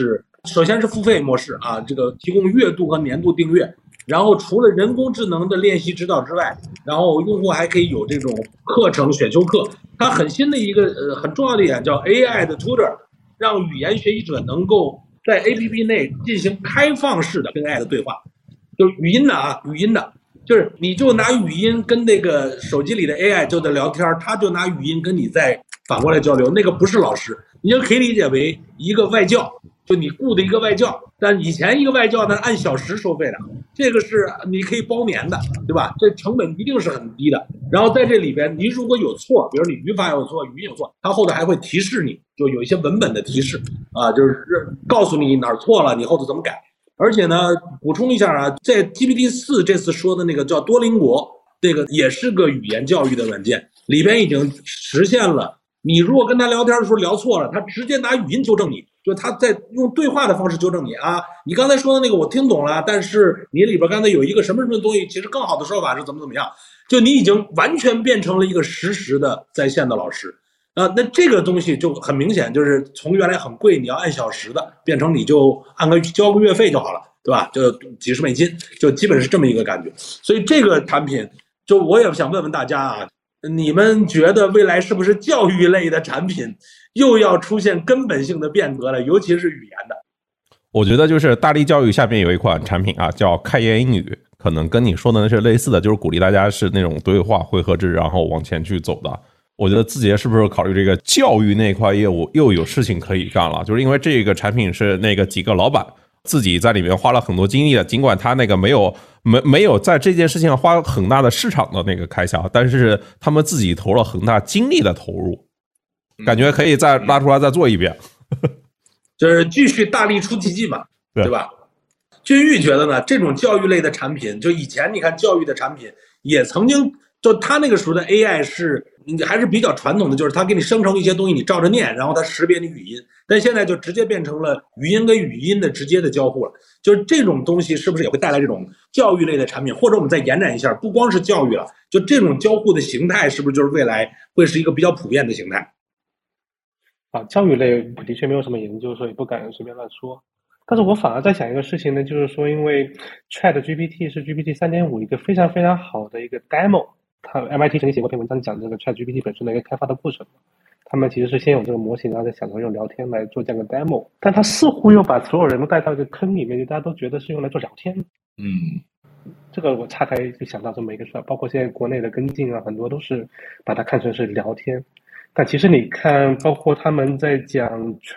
首先是付费模式啊，这个提供月度和年度订阅。然后除了人工智能的练习指导之外，然后用户还可以有这种课程选修课。它很新的一个呃很重要的一点叫 A I 的 Tutor， 让语言学习者能够在 A P P 内进行开放式的跟 A I 的对话，就语音的啊，语音的，就是你就拿语音跟那个手机里的 A I 就在聊天，他就拿语音跟你再反过来交流，那个不是老师，你就可以理解为一个外教。就你雇的一个外教，但以前一个外教呢按小时收费的，这个是你可以包年的，对吧？这成本一定是很低的。然后在这里边，你如果有错，比如你语法有错，语音有错，它后头还会提示你，就有一些文本的提示啊，就是告诉你哪儿错了，你后头怎么改。而且呢，补充一下啊，在 G P T 四 这次说的那个叫多邻国，这个也是个语言教育的软件，里边已经实现了，你如果跟他聊天的时候聊错了，他直接拿语音纠正你。就他在用对话的方式纠正你啊，你刚才说的那个我听懂了，但是你里边刚才有一个什么什么东西，其实更好的说法是怎么怎么样，就你已经完全变成了一个实时的在线的老师啊。那这个东西就很明显，就是从原来很贵，你要按小时的，变成你就按个交个月费就好了，对吧？就几十美金，就基本是这么一个感觉。所以这个产品，就我也想问问大家啊，你们觉得未来是不是教育类的产品又要出现根本性的变革了，尤其是语言的？ 我觉得就是大力教育下面有一款产品啊，叫开言英语，可能跟你说的是类似的，就是鼓励大家是那种对话回合制，然后往前去走的。我觉得字节是不是考虑这个教育那块业务又有事情可以干了？就是因为这个产品是那个几个老板自己在里面花了很多精力的，尽管他那个没有没没有在这件事情上花很大的市场的那个开销，但是他们自己投了很大精力的投入，感觉可以再拉出来再做一遍， 就是继续大力出奇迹嘛，对, 对吧？君玉觉得呢，这种教育类的产品，就以前你看教育的产品也曾经，就他那个时候的 A I 是还是比较传统的，就是他给你生成一些东西，你照着念，然后他识别你语音。但现在就直接变成了语音跟语音的直接的交互了。就是这种东西是不是也会带来这种教育类的产品？或者我们再延展一下，不光是教育了，就这种交互的形态是不是就是未来会是一个比较普遍的形态？ 啊，教育类的确没有什么研究，所以不敢随便乱说。但是我反而在想一个事情呢，就是说，因为 ChatGPT 是 G P T 三点五 一个非常非常好的一个 demo， 它 M I T 曾经写过篇文章讲这个 ChatGPT 本身的一个开发的过程。他们其实是先有这个模型，然后再想着用聊天来做这样的 demo， 但他似乎又把所有人都带到一个坑里面，就大家都觉得是用来做聊天。 嗯， 这个我岔开就想到这么一个事儿，包括现在国内的跟进啊，很多都是把它看成是聊天。但其实你看，包括他们在讲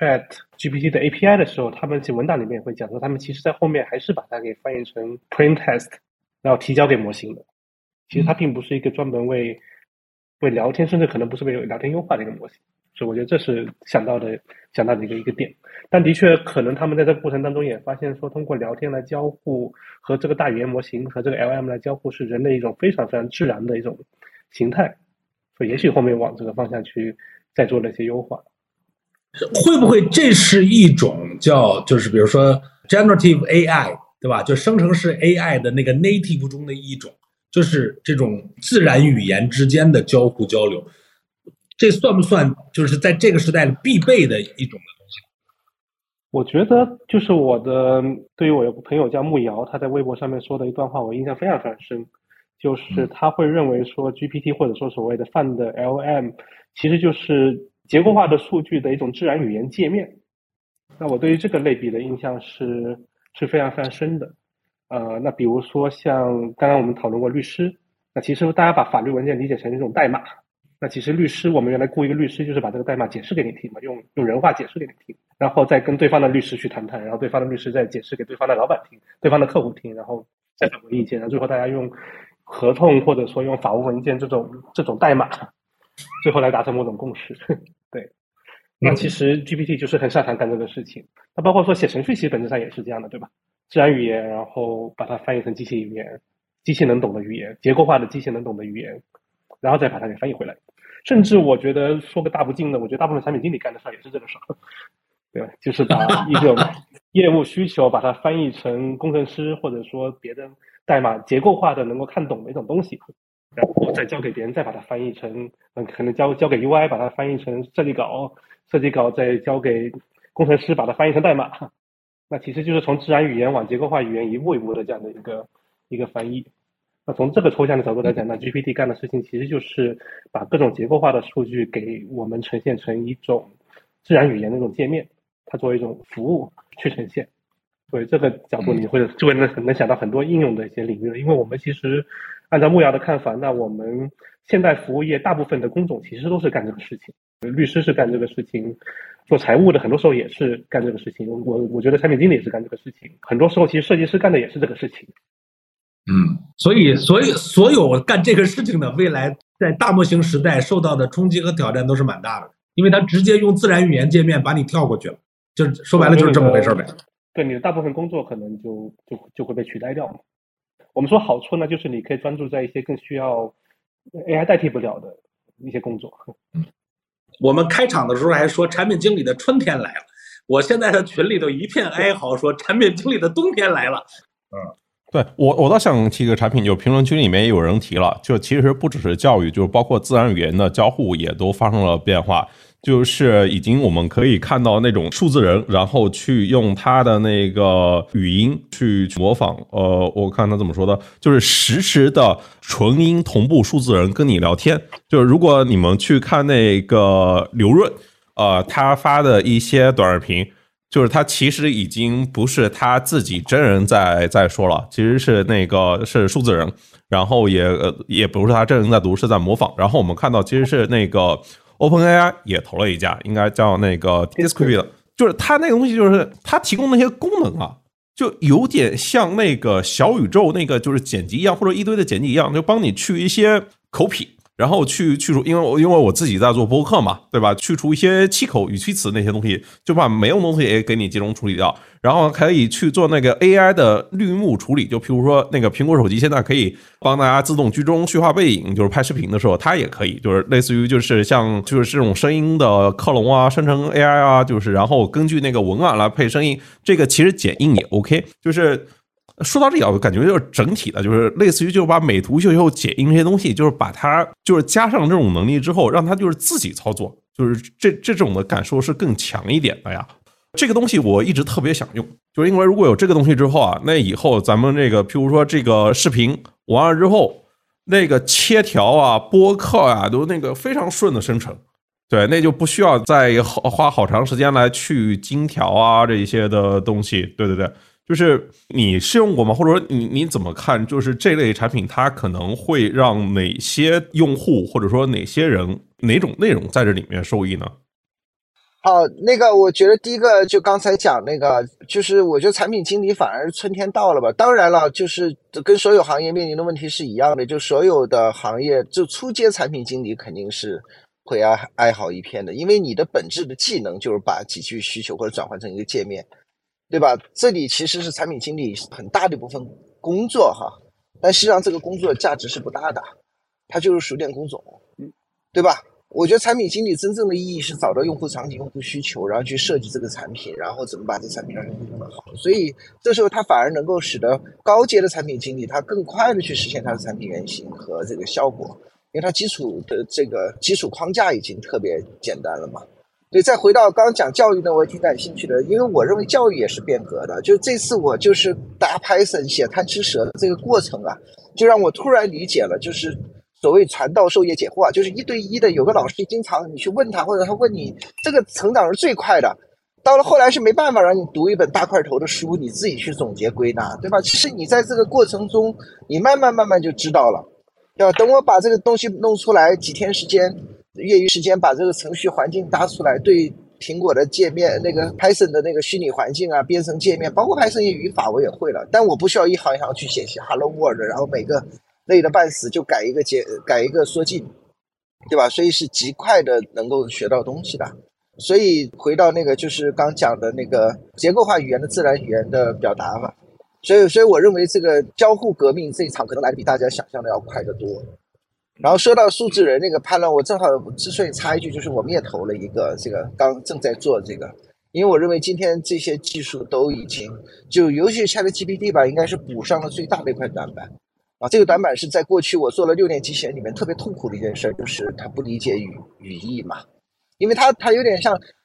ChatGPT 的 A P I 的时候，他们其实文档里面也会讲说，他们其实在后面还是把它给翻译成 plain text， 然后提交给模型的。其实它并不是一个专门为为聊天，甚至可能不是为聊天优化的一个模型。所以我觉得这是想到的想到的一个一个点。但的确，可能他们在这个过程当中也发现说，通过聊天来交互和这个大语言模型和这个 L M 来交互，是人类一种非常非常自然的一种形态。所以也许后面往这个方向去再做了一些优化。 会不会这是一种叫就是比如说 generative A I 对吧？就生成式 A I 的那个 native 中的一种，就是这种自然语言之间的交互交流，这算不算就是在这个时代必备的一种的东西？ 我觉得就是我的对于我有个朋友叫木瑶，他在微博上面说的一段话，我印象非常非常深。就是他会认为说 G P T 或者说所谓的泛的 L M 其实就是结构化的数据的一种自然语言界面。那我对于这个类比的印象是是非常非常深的。呃，那比如说像刚刚我们讨论过律师，那其实大家把法律文件理解成一种代码，那其实律师我们原来雇一个律师就是把这个代码解释给你听嘛，用用人话解释给你听，然后再跟对方的律师去谈谈，然后对方的律师再解释给对方的老板听，对方的客户听，然后再反馈意见，然后最后大家用合同或者说用法务文件这种这种代码，最后来达成某种共识。对，那其实 G P T 就是很擅长干这个事情。那包括说写程序，其实本质上也是这样的，对吧？自然语言，然后把它翻译成机器语言，机器能懂的语言，结构化的机器能懂的语言，然后再把它给翻译回来。甚至我觉得说个大不敬的，我觉得大部分产品经理干的事儿也是这个事儿，对吧？就是把一个业务需求把它翻译成工程师或者说别的代码结构化的能够看懂的一种东西，然后再交给别人，再把它翻译成，嗯，可能交交给 U I 把它翻译成设计稿，设计稿再交给工程师把它翻译成代码。 那其实就是从自然语言往结构化语言一步一步的这样的一个一个翻译。那从这个抽象的角度来讲，那 G P T 干的事情其实就是把各种结构化的数据给我们呈现成一种自然语言的那种界面，它作为一种服务去呈现。所以这个角度你会就会能能想到很多应用的一些领域了。因为我们其实按照木瑶的看法，那我们现代服务业大部分的工种其实都是干这个事情，律师是干这个事情，做财务的很多时候也是干这个事情，我我觉得产品经理也是干这个事情，很多时候其实设计师干的也是这个事情。 嗯，所以所以所有干这个事情的未来在大模型时代受到的冲击和挑战都是蛮大的，因为它直接用自然语言界面把你跳过去了，就说白了就是这么回事呗。 对，你的大部分工作可能就就就会被取代掉嘛。我们说好处呢，就是你可以专注在一些更需要 A I 代替不了的一些工作。 我们开场的时候还说产品经理的春天来了，我现在的群里头一片哀嚎，说产品经理的冬天来了。 嗯，对我我倒想提个产品，就评论区里面也有人提了，就其实不只是教育，就是包括自然语言的交互也都发生了变化。就是已经我们可以看到那种数字人，然后去用他的那个语音去模仿，呃，我看他怎么说的，就是实时的纯音同步数字人跟你聊天。就是如果你们去看那个刘润，呃，他发的一些短视频，就是他其实已经不是他自己真人在在说了，其实是那个是数字人，然后也呃也不是他真人在读，是在模仿。然后我们看到其实是那个OpenAI 也投了一家，应该叫那个 Descript， 就是它那个东西，就是它提供那些功能啊，就有点像那个小宇宙那个就是剪辑一样，或者一堆的剪辑一样，就帮你去一些口痞，然后去去除，因为我因为我自己在做播客嘛，对吧？去除一些气口、语气词那些东西，就把没用的东西也给你集中处理掉，然后可以去做那个 A I 的绿幕处理，就譬如说那个苹果手机现在可以帮大家自动居中虚化背影，就是拍视频的时候它也可以，就是类似于就是像就是这种声音的克隆啊、生成 A I 啊，就是然后根据那个文案来配声音，这个其实剪映也 OK， 就是。说到这里，我感觉就是整体的，就是类似于就是把美图秀秀、剪映这些东西，就是把它就是加上这种能力之后，让它就是自己操作，就是这这种的感受是更强一点的呀。这个东西我一直特别想用，就是因为如果有这个东西之后啊，那以后咱们这个譬如说这个视频完了之后，那个切条啊、播客啊，都那个非常顺的生成。对，那就不需要再花好长时间来去精调啊这一些的东西。对对对。就是你试用过吗？或者说你你怎么看？就是这类产品它可能会让哪些用户或者说哪些人哪种内容在这里面受益呢？ 好，那个我觉得第一个就刚才讲那个，就是我觉得产品经理反而春天到了吧。当然了，就是跟所有行业面临的问题是一样的，就所有的行业就初阶产品经理肯定是会哀哀嚎一片的，因为你的本质的技能就是把几句需求或者转换成一个界面。对吧？这里其实是产品经理很大的一部分工作哈，但实际上这个工作价值是不大的，它就是熟练工种，对吧？我觉得产品经理真正的意义是找到用户场景、用户需求，然后去设计这个产品，然后怎么把这产品让用户用得好。所以这时候它反而能够使得高阶的产品经理他更快的去实现它的产品原型和这个效果，因为它基础的这个基础框架已经特别简单了嘛。所以再回到刚刚讲教育呢，我也挺感兴趣的，因为我认为教育也是变革的。就这次我就是打 Python 写贪吃蛇的这个过程啊，就让我突然理解了，就是所谓传道授业解惑啊，就是一对一的，有个老师经常你去问他，或者他问你，这个成长是最快的。到了后来是没办法让你读一本大块头的书，你自己去总结归纳，对吧？其实你在这个过程中，你慢慢慢慢就知道了，对吧？等我把这个东西弄出来，几天时间。业余时间把这个程序环境搭出来，对苹果的界面那个 Python 的那个虚拟环境啊，编程界面，包括 Python 的语法我也会了，但我不需要一行一行去写写 Hello World， 然后每个累得半死就改一个结改一个缩进，对吧？所以是极快的能够学到东西的。所以回到那个就是刚讲的那个结构化语言的自然语言的表达嘛，所以所以我认为这个交互革命这一场可能来得比大家想象的要快得多。然后说到数字人那个判断，我正好之所以插一句，就是我们也投了一个这个刚正在做这个，因为我认为今天这些技术都已经就尤其 ChatGPT 吧，应该是补上了最大的一块短板啊。这个短板是在过去我做了六年机器人里面特别痛苦的一件事，就是它不理解语语义嘛，因为它它有点像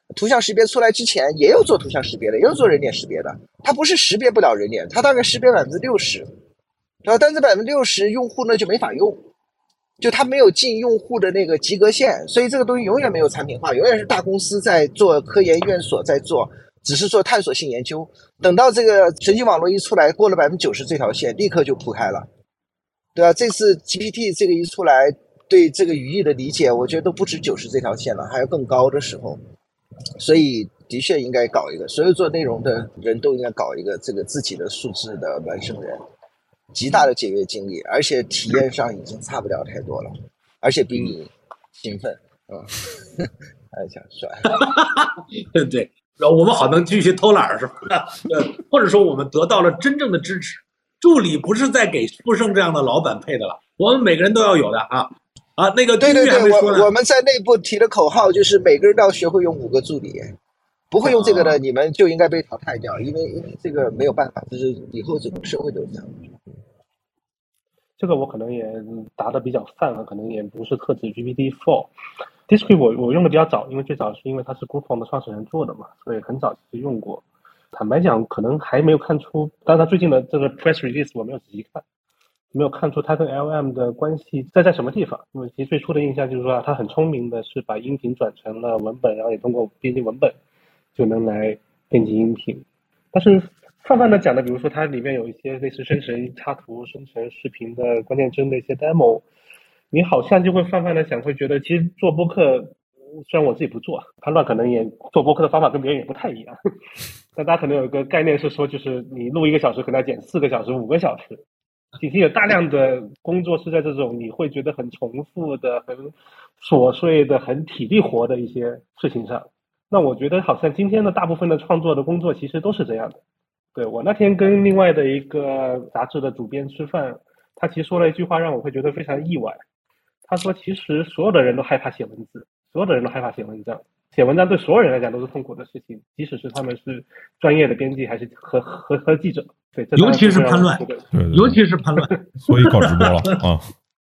图像识别出来之前也有做图像识别的，也有做人脸识别的，它不是识别不了人脸，它大概识别百分之六十，然后但是百分之六十用户呢就没法用，就它没有进用户的那个及格线，所以这个东西永远没有产品化，永远是大公司在做，科研院所在做，只是做探索性研究。等到这个神经网络一出来，过了百分之九十这条线，立刻就铺开了，对吧？这次 G P T 这个一出来，对这个语义的理解，我觉得都不止九十这条线了，还有更高的时候。所以的确应该搞一个，所有做内容的人都应该搞一个这个自己的数字的孪生人，极大的节约精力，而且体验上已经差不了太多了，而且比你兴奋，嗯，还想帅， 对对，然后我们好能继续偷懒是吧？呃，或者说我们得到了真正的支持，助理不是在给富盛这样的老板配的了，我们每个人都要有的啊。啊，那个对对对， 我我们在内部提的口号就是每个人都要学会用五个助理，不会用这个的，你们就应该被淘汰掉，因为因为这个没有办法，就是以后整个社会都这样。 这个我可能也答的比较泛了，可能也不是特指 G P T 四。Discrete 我我用的比较早，因为最早是因为它是 Groupon 的创始人做的嘛，所以很早就用过。坦白讲，可能还没有看出，但它最近的这个 press release 我没有仔细看。没有看出它跟 L M 的关系在在什么地方，因为其实最初的印象就是说它很聪明的是把音频转成了文本，然后也通过编辑文本就能来编辑音频。但是泛泛的讲的，比如说它里面有一些类似生成插图、生成视频的关键帧的一些 demo， 你好像就会泛泛的想，会觉得其实做播客，虽然我自己不做，潘乱可能也做播客的方法跟别人也不太一样，但大家可能有一个概念是说，就是你录一个小时可能要剪四个小时、五个小时。其实有大量的工作是在这种你会觉得很重复的、很琐碎的、很体力活的一些事情上。那我觉得好像今天的大部分的创作的工作其实都是这样的。对，我那天跟另外的一个杂志的主编吃饭，他其实说了一句话让我会觉得非常意外。他说其实所有的人都害怕写文字，所有的人都害怕写文章。写文章对所有人来讲都是痛苦的事情，即使是他们是专业的编辑还是和和和记者。对， 尤其是潘乱，对对对，尤其是潘乱， 所以搞直播了啊。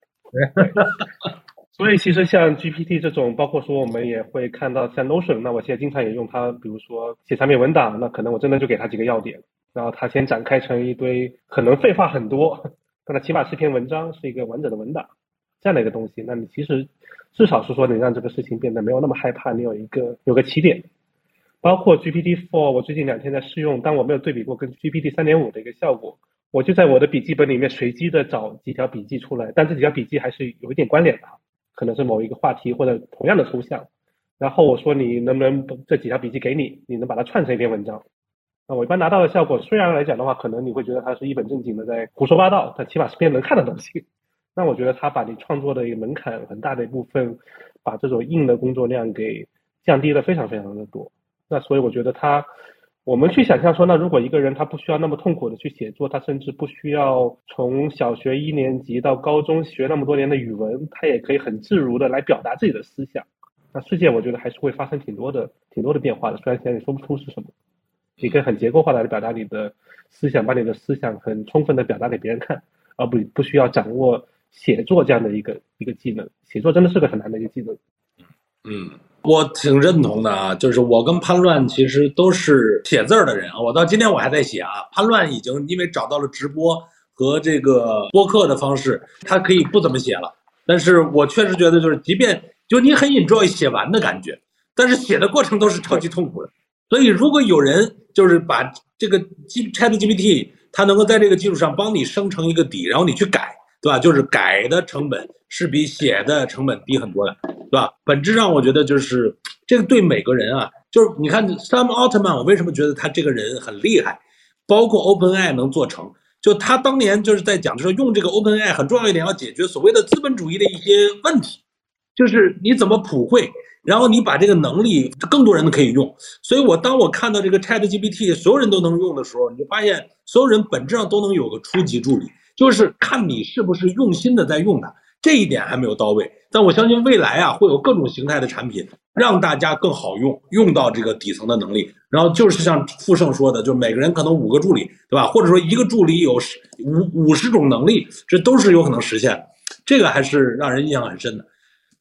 所以其实像 G P T 这种，包括说我们也会看到像 Notion， 那我现在经常也用它，比如说写产品文档，那可能我真的就给它几个要点，然后它先展开成一堆可能废话很多，但它起码是篇文章，是一个完整的文档这样的一个东西。那你其实至少是说你让这个事情变得没有那么害怕，你有一个有个起点。包括 G P T 四， 我最近两天在试用，但我没有对比过跟 G P T 三点五 的一个效果，我就在我的笔记本里面随机的找几条笔记出来，但这几条笔记还是有一点关联的，可能是某一个话题或者同样的抽象。然后我说你能不能这几条笔记给你，你能把它串成一篇文章。那我一般拿到的效果，虽然来讲的话，可能你会觉得它是一本正经的在胡说八道，但起码是篇能看的东西。那我觉得它把你创作的一个门槛很大的一部分，把这种硬的工作量给降低了非常非常的多。那所以我觉得他，我们去想象说，那如果一个人他不需要那么痛苦的去写作，他甚至不需要从小学一年级到高中学那么多年的语文，他也可以很自如的来表达自己的思想。那世界我觉得还是会发生挺多的挺多的变化的，虽然现在你说不出是什么，你可以很结构化的来表达你的思想，把你的思想很充分的表达给别人看，而不不需要掌握写作这样的一个一个技能。写作真的是个很难的一个技能。 嗯。我挺认同的啊，就是我跟潘乱其实都是写字的人啊，我到今天我还在写啊。潘乱已经因为找到了直播和这个播客的方式，他可以不怎么写了。但是我确实觉得，就是即便就你很 enjoy 写完的感觉，但是写的过程都是超级痛苦的。所以如果有人就是把这个 ChatGPT， 它能够在这个基础上帮你生成一个底，然后你去改，对吧？就是改的成本是比写的成本低很多的，对吧？本质上我觉得就是这个对每个人啊，就是你看 Sam Altman， 我为什么觉得他这个人很厉害，包括 OpenAI 能做成，就他当年就是在讲说用这个 OpenAI 很重要一点要解决所谓的资本主义的一些问题，就是你怎么普惠，然后你把这个能力更多人都可以用。所以我当我看到这个 ChatGPT 所有人都能用的时候，你就发现所有人本质上都能有个初级助理，就是看你是不是用心的在用它，这一点还没有到位。但我相信未来啊，会有各种形态的产品让大家更好用，用到这个底层的能力。然后就是像富盛说的，就每个人可能五个助理，对吧？或者说一个助理有五五十种能力，这都是有可能实现的。这个还是让人印象很深的。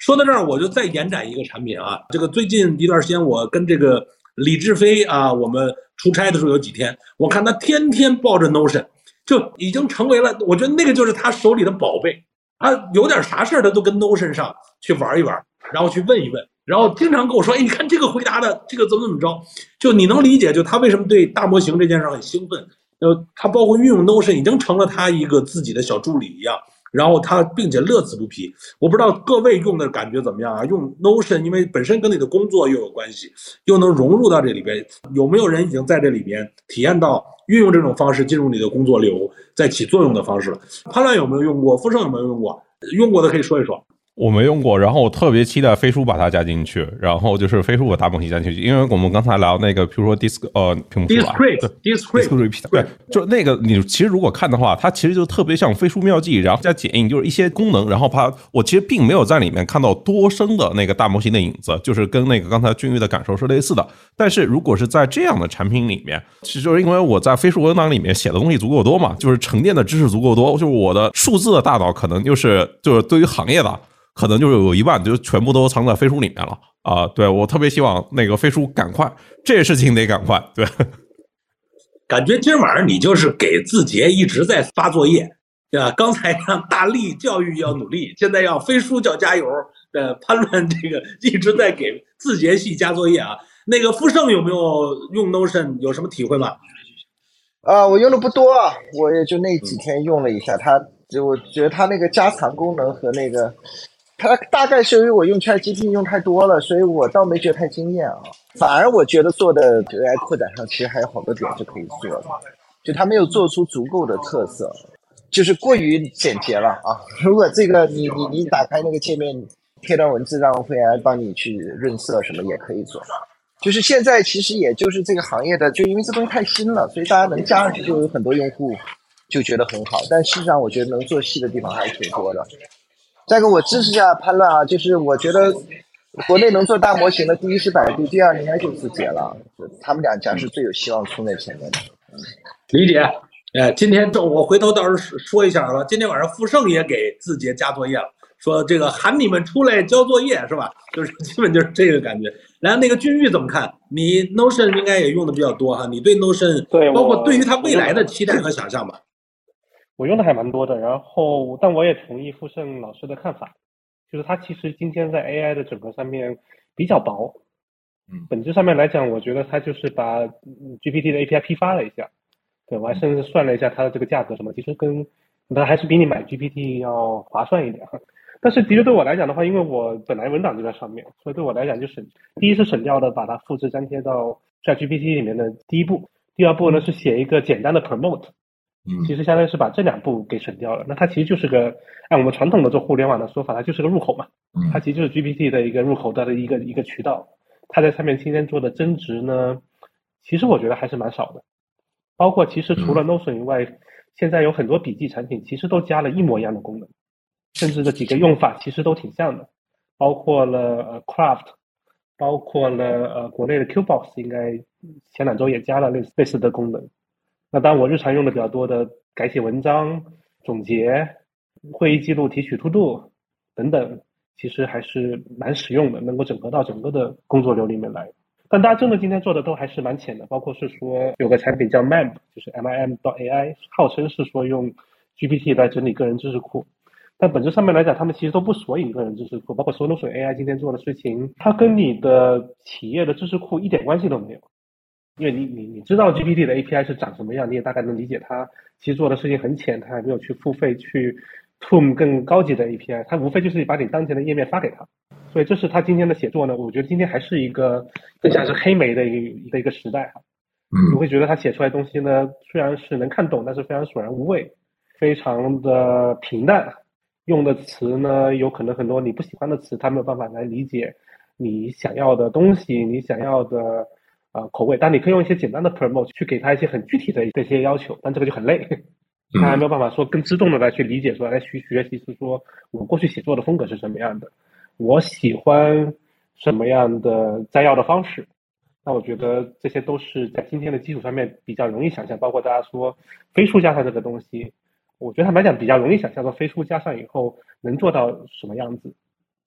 说到这儿，我就再延展一个产品啊。这个最近一段时间，我跟这个李志飞啊，我们出差的时候有几天，我看他天天抱着 Notion， 就已经成为了，我觉得那个就是他手里的宝贝。他有点啥事儿，他都跟 Notion 上去玩一玩，然后去问一问，然后经常跟我说：“哎，你看这个回答的，这个怎么怎么着？”就你能理解，就他为什么对大模型这件事很兴奋。呃，他包括运用 Notion 已经成了他一个自己的小助理一样。然后他并且乐此不疲。我不知道各位用的感觉怎么样啊？用 Notion， 因为本身跟你的工作又有关系，又能融入到这里边，有没有人已经在这里边体验到运用这种方式进入你的工作流，在起作用的方式了？潘乱有没有用过？富盛有没有用过？用过的可以说一说。 我没用过，然后我特别期待飞书把它加进去，然后就是飞书把大模型加进去，因为我们刚才聊那个，比如说 disc 呃屏幕数啊 ，discrete，discrete， 对，就那个你其实如果看的话，它其实就特别像飞书妙记，然后加剪映，就是一些功能，然后它我其实并没有在里面看到多生的那个大模型的影子，就是跟那个刚才君玉的感受是类似的。但是如果是在这样的产品里面，其实就是因为我在飞书文档里面写的东西足够多嘛，就是沉淀的知识足够多，就是我的数字的大脑可能就是就是对于行业的。可能就是有一半就全部都藏在飞书里面了啊、呃！对，我特别希望那个飞书赶快，这事情得赶快。对， 感觉今晚上你就是给字节一直在发作业，对吧？刚才让大力教育要努力，现在要飞书叫加油。呃，潘乱这个一直在给字节系加作业啊。那个富盛有没有用 Notion 有什么体会吗？ 啊、呃，我用的不多啊，我也就那几天用了一下，它就我觉得它那个加藏功能和那个。它大概是因为我用 ChatGPT 用太多了，所以我倒没觉得太惊艳啊。反而我觉得做的 A I 扩展上其实还有好多点是可以做的，就它没有做出足够的特色，就是过于简洁了啊。如果这个你你你打开那个界面，贴段文字让 A I 帮你去润色什么也可以做。就是现在其实也就是这个行业的，就因为这东西太新了，所以大家能加上去就有很多用户就觉得很好。但事实上我觉得能做细的地方还是挺多的。再一个，我支持一下潘乱啊，就是我觉得国内能做大模型的，第一是百度，第二应该就字节了，他们两家是最有希望冲在前面的。 理解。哎，今天我回头到时候说一下吧。今天晚上富盛也给字节加作业了，说这个喊你们出来交作业是吧？就是基本就是这个感觉。然后那个君玉怎么看？你 Notion 应该也用的比较多哈，你对 Notion 对包括对于它未来的期待和想象吧？ 我用的还蛮多的，然后但我也同意富盛老师的看法，就是它其实今天在 A I 的整合上面比较薄，嗯，本质上面来讲，我觉得它就是把 G P T 的 A P I 批发了一下，对，我还甚至算了一下它的这个价格什么，其实跟它还是比你买 G P T 要划算一点。但是的确对我来讲的话，因为我本来文档就在上面，所以对我来讲就省，第一是省掉了把它复制粘贴到 ChatGPT 里面的第一步，第二步呢是写一个简单的 promote。其实相当于是把这两步给省掉了，那它其实就是个按我们传统的做互联网的说法，它就是个入口嘛，它其实就是 G P T 的一个入口的一个一个渠道。它在上面今天做的增值呢，其实我觉得还是蛮少的。包括其实除了 Notion 以外，现在有很多笔记产品其实都加了一模一样的功能，甚至这几个用法其实都挺像的，包括了呃 Craft， 包括了呃国内的 Qbox 应该前两周也加了类似类似的功能。那当然我日常用的比较多的改写文章、总结、会议记录、提取 to do 等等，其实还是蛮实用的，能够整合到整个的工作流里面来。但大家真的今天做的都还是蛮浅的，包括是说有个产品叫 M I M， 就是 M I M 到 A I， 号称是说用 G P T 来整理个人知识库，但本质上面来讲，他们其实都不索引个人知识库，包括 Sonos A I 今天做的事情，它跟你的企业的知识库一点关系都没有。因为你你你知道 G P T 的 A P I 是长什么样，你也大概能理解它其实做的事情很浅，它还没有去付费去 tune 更高级的 A P I， 它无非就是把你当前的页面发给它。所以这是他今天的写作呢，我觉得今天还是一个更像是黑莓的一个一个时代哈。嗯，你会觉得他写出来的东西呢，虽然是能看懂，但是非常索然无味，非常的平淡，用的词呢有可能很多你不喜欢的词，他没有办法来理解你想要的东西，你想要的呃，口味，但你可以用一些简单的 promote 去给他一些很具体的这些要求，但这个就很累，他还没有办法说更自动的来去理解，说来去学习是说我过去写作的风格是什么样的，我喜欢什么样的摘要的方式。那我觉得这些都是在今天的基础上面比较容易想象，包括大家说飞书加上这个东西，我觉得坦白讲比较容易想象说飞书加上以后能做到什么样子。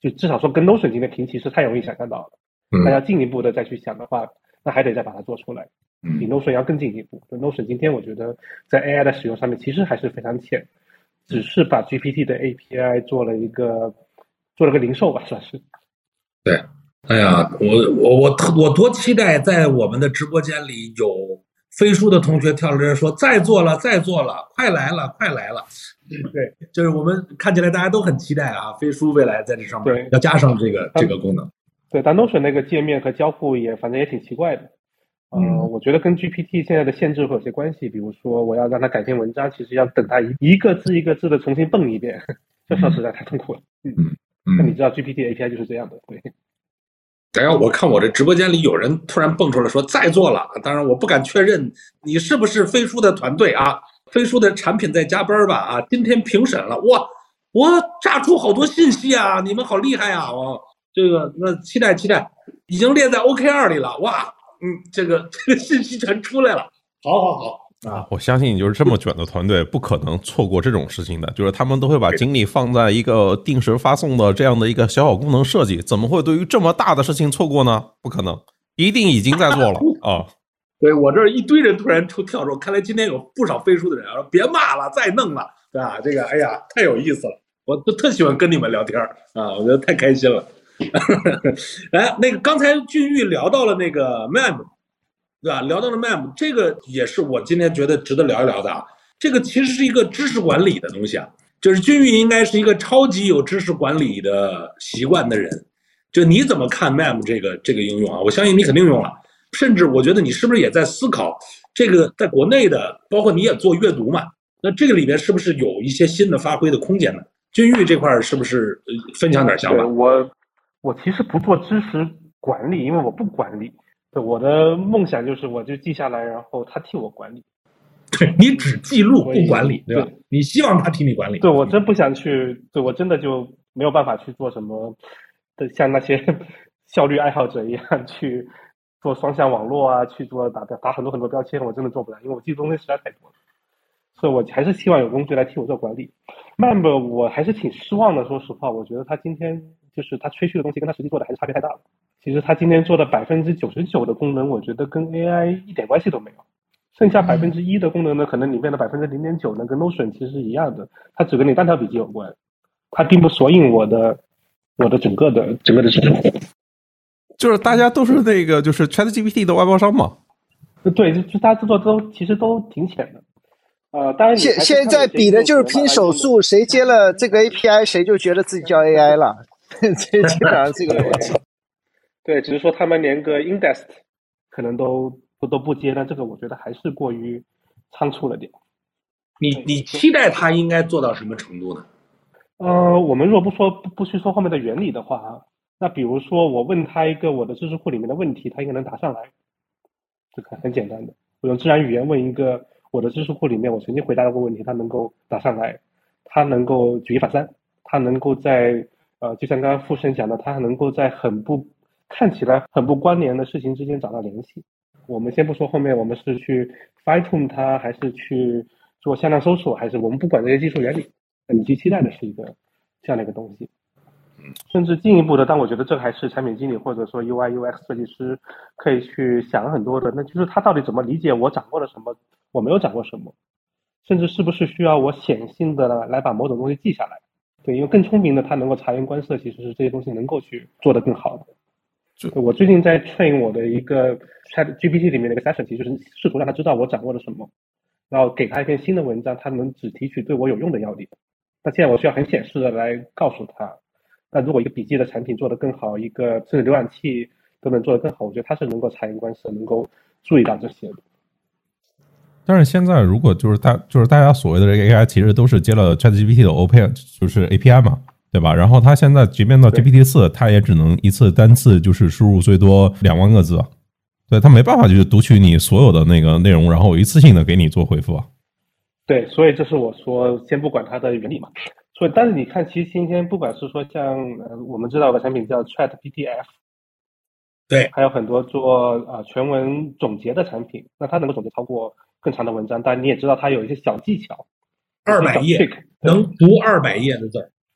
就至少说跟 Notion 今天平齐是太容易想象到了。那要进一步的再去想的话，那还得再把它做出来，比 Notion 要更进一步。Notion 今天我觉得在 A I 的使用上面其实还是非常浅，只是把 G P T 的 A P I 做了一个做了个零售吧，算是。 对，哎呀，我我我我多期待在我们的直播间里有飞书的同学跳出来说再做了再做了，快来了快来了。对，就是我们看起来大家都很期待啊，飞书未来在这上面要加上这个这个功能。 对，但 Notion 那个界面和交互也反正也挺奇怪的。呃、嗯，我觉得跟 G P T 现在的限制会有些关系。比如说，我要让它改篇文章，其实要等它一一个字一个字的重新蹦一遍，这事实在太痛苦了。嗯嗯，那你知道 G P T A P I 就是这样的，对。 等下我看我这直播间里有人突然蹦出来说再做了，当然我不敢确认你是不是飞书的团队啊，飞书的产品在加班吧啊，今天评审了，哇，我炸出好多信息啊，你们好厉害啊，我。这个那期待期待，已经列在 O K 二 里了，哇，嗯，这个这个信息全出来了，好好好啊！我相信你就是这么卷的团队，不可能错过这种事情的，就是他们都会把精力放在一个定时发送的这样的一个小小功能设计，怎么会对于这么大的事情错过呢？不可能，一定已经在做了啊！ 对，我这一堆人突然出跳出，看来今天有不少飞书的人啊，别骂了，再弄了，对吧？这个哎呀，太有意思了，我都特喜欢跟你们聊天啊，我觉得太开心了。哎，那个刚才俊玉聊到了那个 M E M， 对吧？聊到了 M E M， 这个也是我今天觉得值得聊一聊的啊。这个其实是一个知识管理的东西啊，就是俊玉应该是一个超级有知识管理的习惯的人。就你怎么看 M E M 这个这个应用啊？我相信你肯定用了，甚至我觉得你是不是也在思考这个在国内的，包括你也做阅读嘛？那这个里面是不是有一些新的发挥的空间呢？俊玉这块是不是分享点想法？ 我。我其实不做知识管理，因为我不管理。对，我的梦想就是我就记下来，然后他替我管理。 对，你只记录不管理，对吧？对，你希望他替你管理。 对，我真不想去，对我真的就没有办法去做什么的，像那些效率爱好者一样去做双向网络啊，去做打打很多很多标签，我真的做不来，因为我记的东西实在太多了。所以我还是希望有工具来替我做管理。M E M 我还是挺失望的，说实话，我觉得他今天就是他吹嘘的东西跟他实际做的还是差别太大了。其实他今天做的百分之九十九的功能，我觉得跟 A I 一点关系都没有。剩下百分之一的功能呢，可能里面的百分之零点九呢，跟 Notion 其实是一样的，它只跟你单条笔记有关，它并不索引我的我的整个的整个的知识库。 就是大家都是那个就是 ChatGPT 的外包商嘛。 对，就就大家制作都其实都挺浅的。呃，当然现现在比的就是拼手速，谁接了这个 A P I， 谁就觉得自己叫 A I 了，这基本上这个逻辑。 对，只是说他们连个 index 可能都都都不接，但这个我觉得还是过于仓促了点。 你你期待它应该做到什么程度呢？ 呃，我们若不说不不去说后面的原理的话，那比如说我问他一个我的知识库里面的问题，他应该能答上来，这个很简单的。我用自然语言问一个我的知识库里面我曾经回答过问题，他能够答上来，他能够举一反三，他能够在呃，就像刚刚傅生讲的，他能够在很不看起来很不关联的事情之间找到联系。我们先不说后面我们是去 fine tune 它，还是去做向量搜索，还是我们不管这些技术原理，你最期待的是一个这样的一个东西。甚至进一步的，但我觉得这还是产品经理或者说 U I U X 设计师可以去想很多的，那就是他到底怎么理解我掌握了什么，我没有掌握什么，甚至是不是需要我显性的来把某种东西记下来。对，因为更聪明的他能够察言观色，其实是这些东西能够去做得更好的。我最近在 train 我的一个 ChatGPT 里面的一个 session， 其实是试图让他知道我掌握了什么，然后给他一篇新的文章，他能只提取对我有用的要点。那现在我需要很显示的来告诉他，那如果一个笔记的产品做得更好，一个甚至浏览器都能做得更好，我觉得他是能够察言观色，能够注意到这些的。 但是现在如果就是大就是大家所谓的这个 A I 其实都是接了 ChatGPT 的 O P N， 就是 A P I 嘛，对吧？然后它现在即便到 G P T 四， 它也只能一次单次就是输入最多两万个字，对，它没办法就是读取你所有的那个内容，然后一次性的给你做回复啊。 对，所以这是我说先不管它的原理嘛。所以但是你看，其实今天不管是说像呃我们知道的产品叫 ChatPTF， 对， 还有很多做呃全文总结的产品，那它能够总结超过更长的文章，但你也知道它有一些小技巧， 二百页能读二百页的字，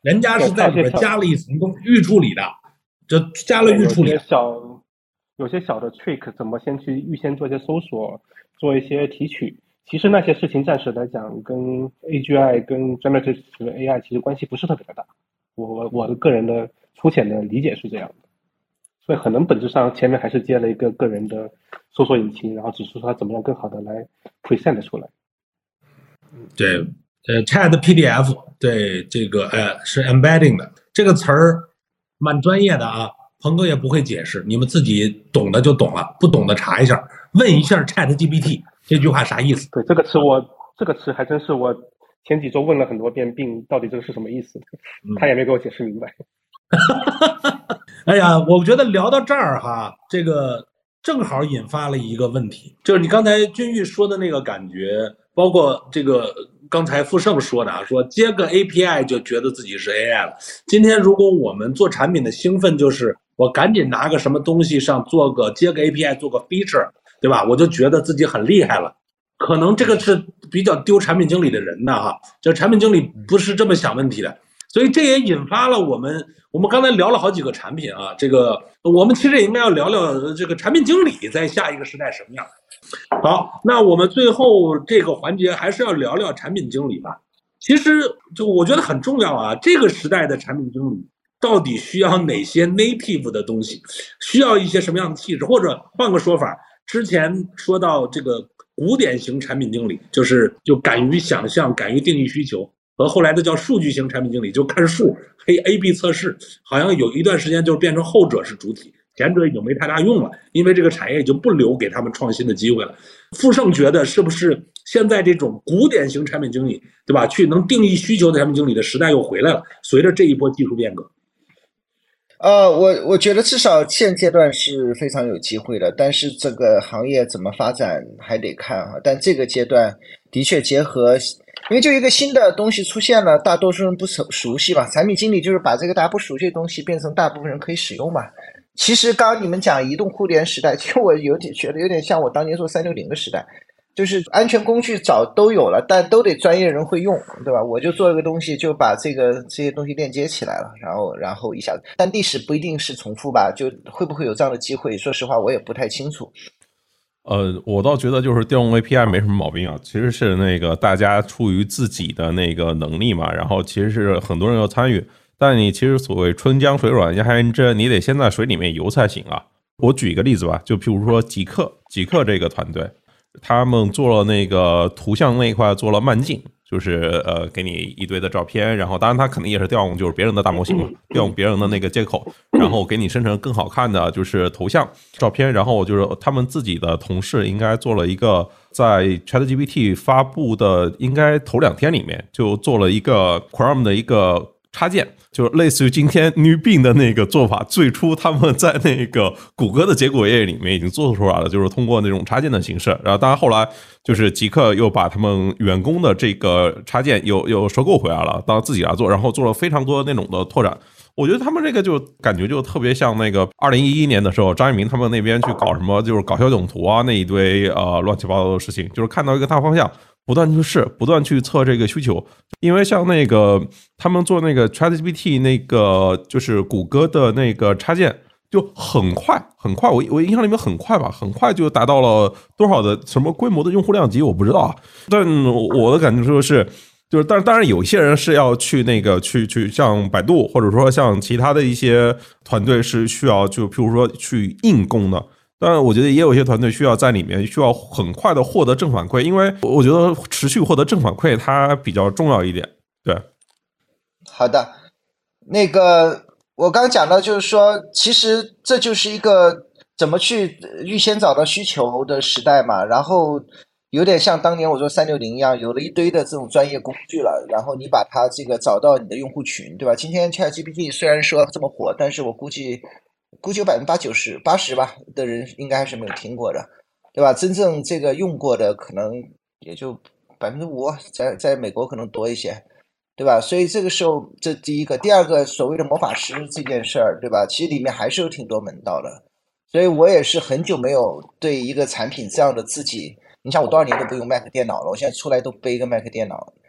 人家是在里边加了一层预处理的，就加了预处理。 有些小有些小的 trick， 怎么先去预先做一些搜索，做一些提取。其实那些事情暂时来讲，跟 A G I 跟 generative A I 其实关系不是特别的大。我我的个人的粗浅的理解是这样的，所以可能本质上前面还是接了一个个人的搜索引擎，然后只是说它怎么样更好的来 present 出来。 对，呃 ，Chat P D F， 对这个呃是 embedding 的这个词儿蛮专业的啊，鹏哥也不会解释，你们自己懂的就懂了，不懂的查一下，问一下 Chat G P T 这句话啥意思？ 对，这个词我这个词还真是我前几周问了很多遍，并到底这个是什么意思，他也没给我解释明白。 哎呀，我觉得聊到这儿哈，这个正好引发了一个问题，就是你刚才君玉说的那个感觉，包括这个刚才傅盛说的啊，说接个 A P I 就觉得自己是 A I 了。今天如果我们做产品的兴奋就是我赶紧拿个什么东西上做个接个 A P I 做个 feature， 对吧？我就觉得自己很厉害了。可能这个是比较丢产品经理的人的哈，这产品经理不是这么想问题的，所以这也引发了我们，我们刚才聊了好几个产品啊，这个我们其实也应该要聊聊这个产品经理在下一个时代什么样。好，那我们最后这个环节还是要聊聊产品经理吧。其实就我觉得很重要啊，这个时代的产品经理到底需要哪些 native 的东西，需要一些什么样的气质，或者换个说法，之前说到这个古典型产品经理，就是就敢于想象，敢于定义需求，和后来的叫数据型产品经理，就看数，可以 A B 测试，好像有一段时间就是变成后者是主体，前者已经没太大用了，因为这个产业已经不留给他们创新的机会了。傅盛觉得是不是现在这种古典型产品经理，对吧？去能定义需求的产品经理的时代又回来了，随着这一波技术变革。 呃，我我觉得至少现阶段是非常有机会的，但是这个行业怎么发展还得看啊。但这个阶段的确结合，因为就一个新的东西出现了，大多数人不熟熟悉吧。产品经理就是把这个大家不熟悉的东西变成大部分人可以使用嘛。其实刚刚你们讲移动互联时代，其实我有点觉得有点像我当年做三六零的时代。就是安全工具早都有了，但都得专业人会用，对吧？我就做一个东西，就把这个这些东西链接起来了，然后然后一下子，但历史不一定是重复吧？就会不会有这样的机会？说实话，我也不太清楚。 呃，我倒觉得就是调用 A P I 没什么毛病啊，其实是那个大家出于自己的那个能力嘛，然后其实是很多人要参与，但你其实所谓春江水暖鸭先知，你得先在水里面游才行啊。我举一个例子吧，就譬如说极客，极客这个团队。他们做了那个图像那一块做了慢镜，就是呃给你一堆的照片，然后当然他肯定也是调用就是别人的大模型嘛，调用别人的那个接口，然后给你生成更好看的就是头像照片，然后就是他们自己的同事应该做了一个在 ChatGPT 发布的应该头两天里面就做了一个 Chrome 的一个插件，就类似于今天 Newbin 的那个做法，最初他们在那个谷歌的结果页里面已经做出来了，就是通过那种插件的形式。然后当然后来就是极客又把他们员工的这个插件又又收购回来了，当自己来做，然后做了非常多那种的拓展。我觉得他们这个就感觉就特别像那个二零一一年的时候，张一鸣他们那边去搞什么就是搞小囧图啊那一堆呃乱七八糟的事情，就是看到一个大方向。不断去试，不断去测这个需求，因为像那个他们做那个 ChatGPT 那个就是谷歌的那个插件，就很快很快，我我印象里面很快吧，很快就达到了多少的什么规模的用户量级我不知道啊，但我的感觉就是。就是，但当然有一些人是要去那个去去像百度或者说像其他的一些团队是需要就譬如说去硬攻的。当然我觉得也有一些团队需要在里面需要很快的获得正反馈，因为我觉得持续获得正反馈它比较重要一点。对， 好的，那个我刚讲到就是说，其实这就是一个怎么去预先找到需求的时代嘛，然后有点像当年我做三六零一样，有了一堆的这种专业工具了，然后你把它这个找到你的用户群，对吧？今天 ChatGPT 虽然说这么火，但是我估计估计有百分之八九十八十吧的人应该还是没有听过的，对吧？真正这个用过的可能也就百分之五，在在美国可能多一些，对吧？所以这个时候，这第一个，第二个，所谓的魔法师这件事儿，对吧？其实里面还是有挺多门道的。所以我也是很久没有对一个产品这样的自己。你像我多少年都不用 Mac 电脑了，我现在出来都背一个 Mac 电脑，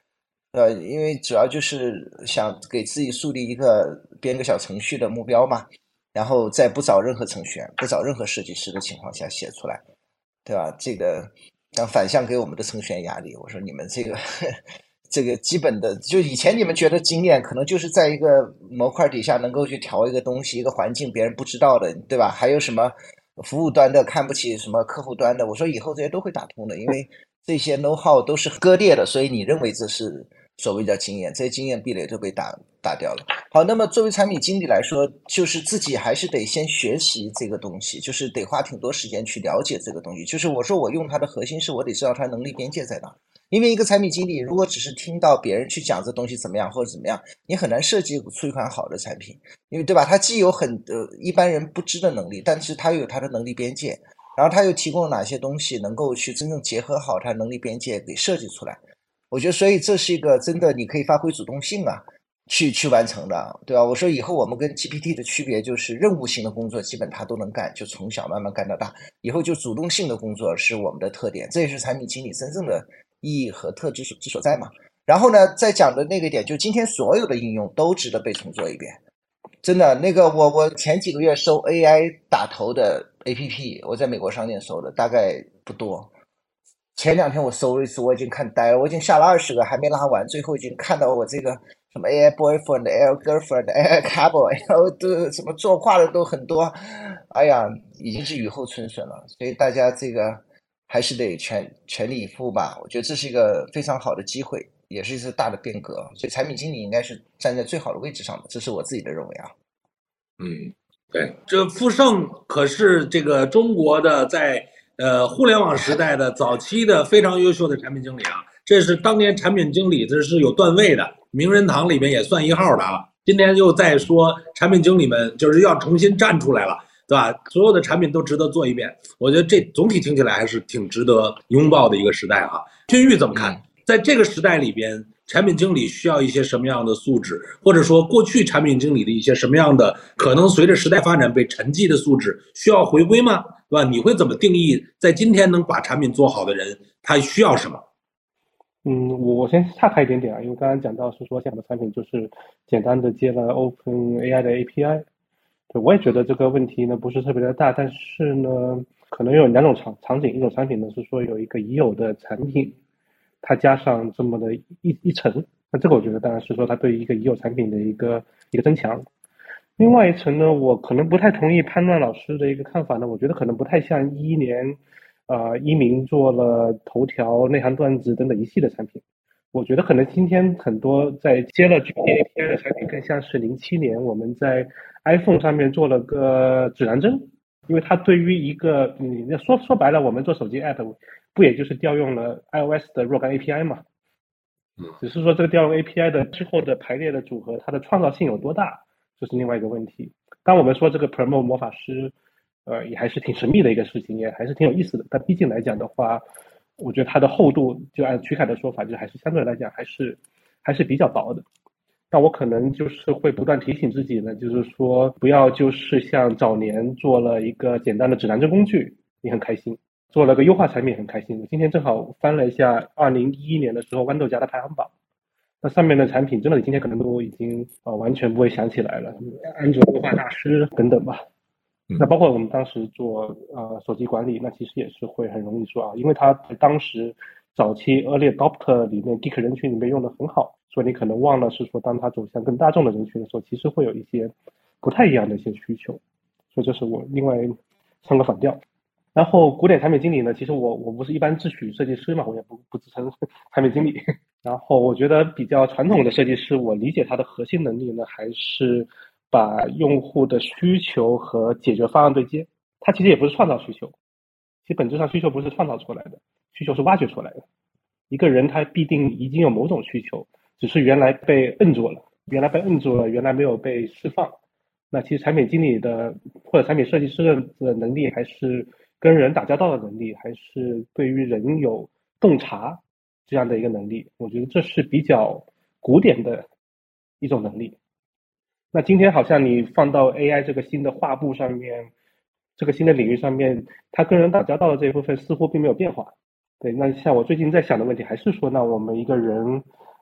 呃，因为主要就是想给自己树立一个编个小程序的目标嘛，然后在不找任何程序员、不找任何设计师的情况下写出来，对吧？这个让反向给我们的程序员压力。我说你们这个这个基本的，就以前你们觉得经验可能就是在一个模块底下能够去调一个东西、一个环境别人不知道的，对吧？还有什么服务端的看不起什么客户端的，我说以后这些都会打通的，因为这些 know how 都是割裂的，所以你认为这是所谓的经验，这些经验壁垒都被打打掉了。好，那么作为产品经理来说，就是自己还是得先学习这个东西，就是得花挺多时间去了解这个东西。就是我说我用它的核心是我得知道它能力边界在哪。因为一个产品经理如果只是听到别人去讲这东西怎么样或者怎么样，你很难设计出一款好的产品，因为对吧？它既有很呃一般人不知的能力，但是它又有它的能力边界，然后它又提供了哪些东西能够去真正结合好它能力边界给设计出来。我觉得，所以这是一个真的你可以发挥主动性啊，去去完成的，对吧？我说以后我们跟 G P T 的区别就是任务性的工作基本它都能干，就从小慢慢干到大，以后就主动性的工作是我们的特点，这也是产品经理真正的意义和特质之所在嘛。然后呢，再讲的那个点，就今天所有的应用都值得被重做一遍，真的。那个我我前几个月搜 A I 打头的 A P P， 我在美国商店搜的，大概不多。前两天我搜了一次，我已经看呆了，我已经下了二十个，还没拉完，最后已经看到我这个什么 A I boyfriend、A I girlfriend、A I couple， 然后都什么作画的都很多，哎呀，已经是雨后春笋了。所以大家这个还是得全全力以赴吧。我觉得这是一个非常好的机会，也是一次大的变革。所以产品经理应该是站在最好的位置上的，这是我自己的认为啊。 嗯，对，这富盛可是这个中国的在。呃，互联网时代的早期的非常优秀的产品经理啊，这是当年产品经理这是有段位的，名人堂里面也算一号的啊。今天又在说产品经理们就是要重新站出来了，对吧？所有的产品都值得做一遍。我觉得这总体听起来还是挺值得拥抱的一个时代啊。君玉怎么看？在这个时代里边，产品经理需要一些什么样的素质，或者说过去产品经理的一些什么样的可能随着时代发展被沉寂的素质需要回归吗？对吧？你会怎么定义在今天能把产品做好的人他需要什么？ 嗯，我先岔开一点点啊，因为刚刚讲到是说现在的产品就是简单的接了 OpenAI 的 A P I， 对，我也觉得这个问题呢不是特别的大，但是呢可能有两种场场景，一种产品呢是说有一个已有的产品，它加上这么的一一层，那这个我觉得当然是说它对于一个已有产品的一个一个增强。另外一层呢，我可能不太同意潘乱老师的一个看法呢，我觉得可能不太像一一年，呃，一鸣做了头条、内涵段子等等一系列产品。我觉得可能今天很多在接了 G P T A P I 的产品，更像是零七年我们在 iPhone 上面做了个指南针，因为它对于一个，你说说白了，我们做手机 App 不也就是调用了 iOS 的若干 A P I 嘛？只是说这个调用 A P I 的之后的排列的组合，它的创造性有多大？这是另外一个问题。当我们说这个 Promo 魔法师，呃，也还是挺神秘的一个事情，也还是挺有意思的。但毕竟来讲的话，我觉得它的厚度，就按曲凯的说法，就还是相对来讲还是还是比较薄的。那我可能就是会不断提醒自己呢，就是说不要就是像早年做了一个简单的指南针工具，你很开心；做了个优化产品很开心。我今天正好翻了一下二零一一年的时候豌豆荚的排行榜。那上面的产品真的今天可能都已经啊、呃、完全不会想起来了，安卓优化大师等等吧。那包括我们当时做呃手机管理，那其实也是会很容易说啊，因为它当时早期 early adopter 里面 geek 人群里面用的很好，所以你可能忘了是说当它走向更大众的人群的时候，其实会有一些不太一样的一些需求。所以这是我另外唱个反调。然后古典产品经理呢，其实我我不是一般自诩设计师嘛，我也不不自称产品经理。然后我觉得比较传统的设计师，我理解他的核心能力呢，还是把用户的需求和解决方案对接。他其实也不是创造需求，其实本质上需求不是创造出来的，需求是挖掘出来的。一个人他必定已经有某种需求，只是原来被摁住了，原来被摁住了，原来没有被释放。那其实产品经理的或者产品设计师的能力，还是跟人打交道的能力，还是对于人有洞察这样的一个能力，我觉得这是比较古典的一种能力。那今天好像你放到 A I 这个新的画布上面，这个新的领域上面，它跟人打交道的这一部分似乎并没有变化。对，那像我最近在想的问题，还是说，那我们一个人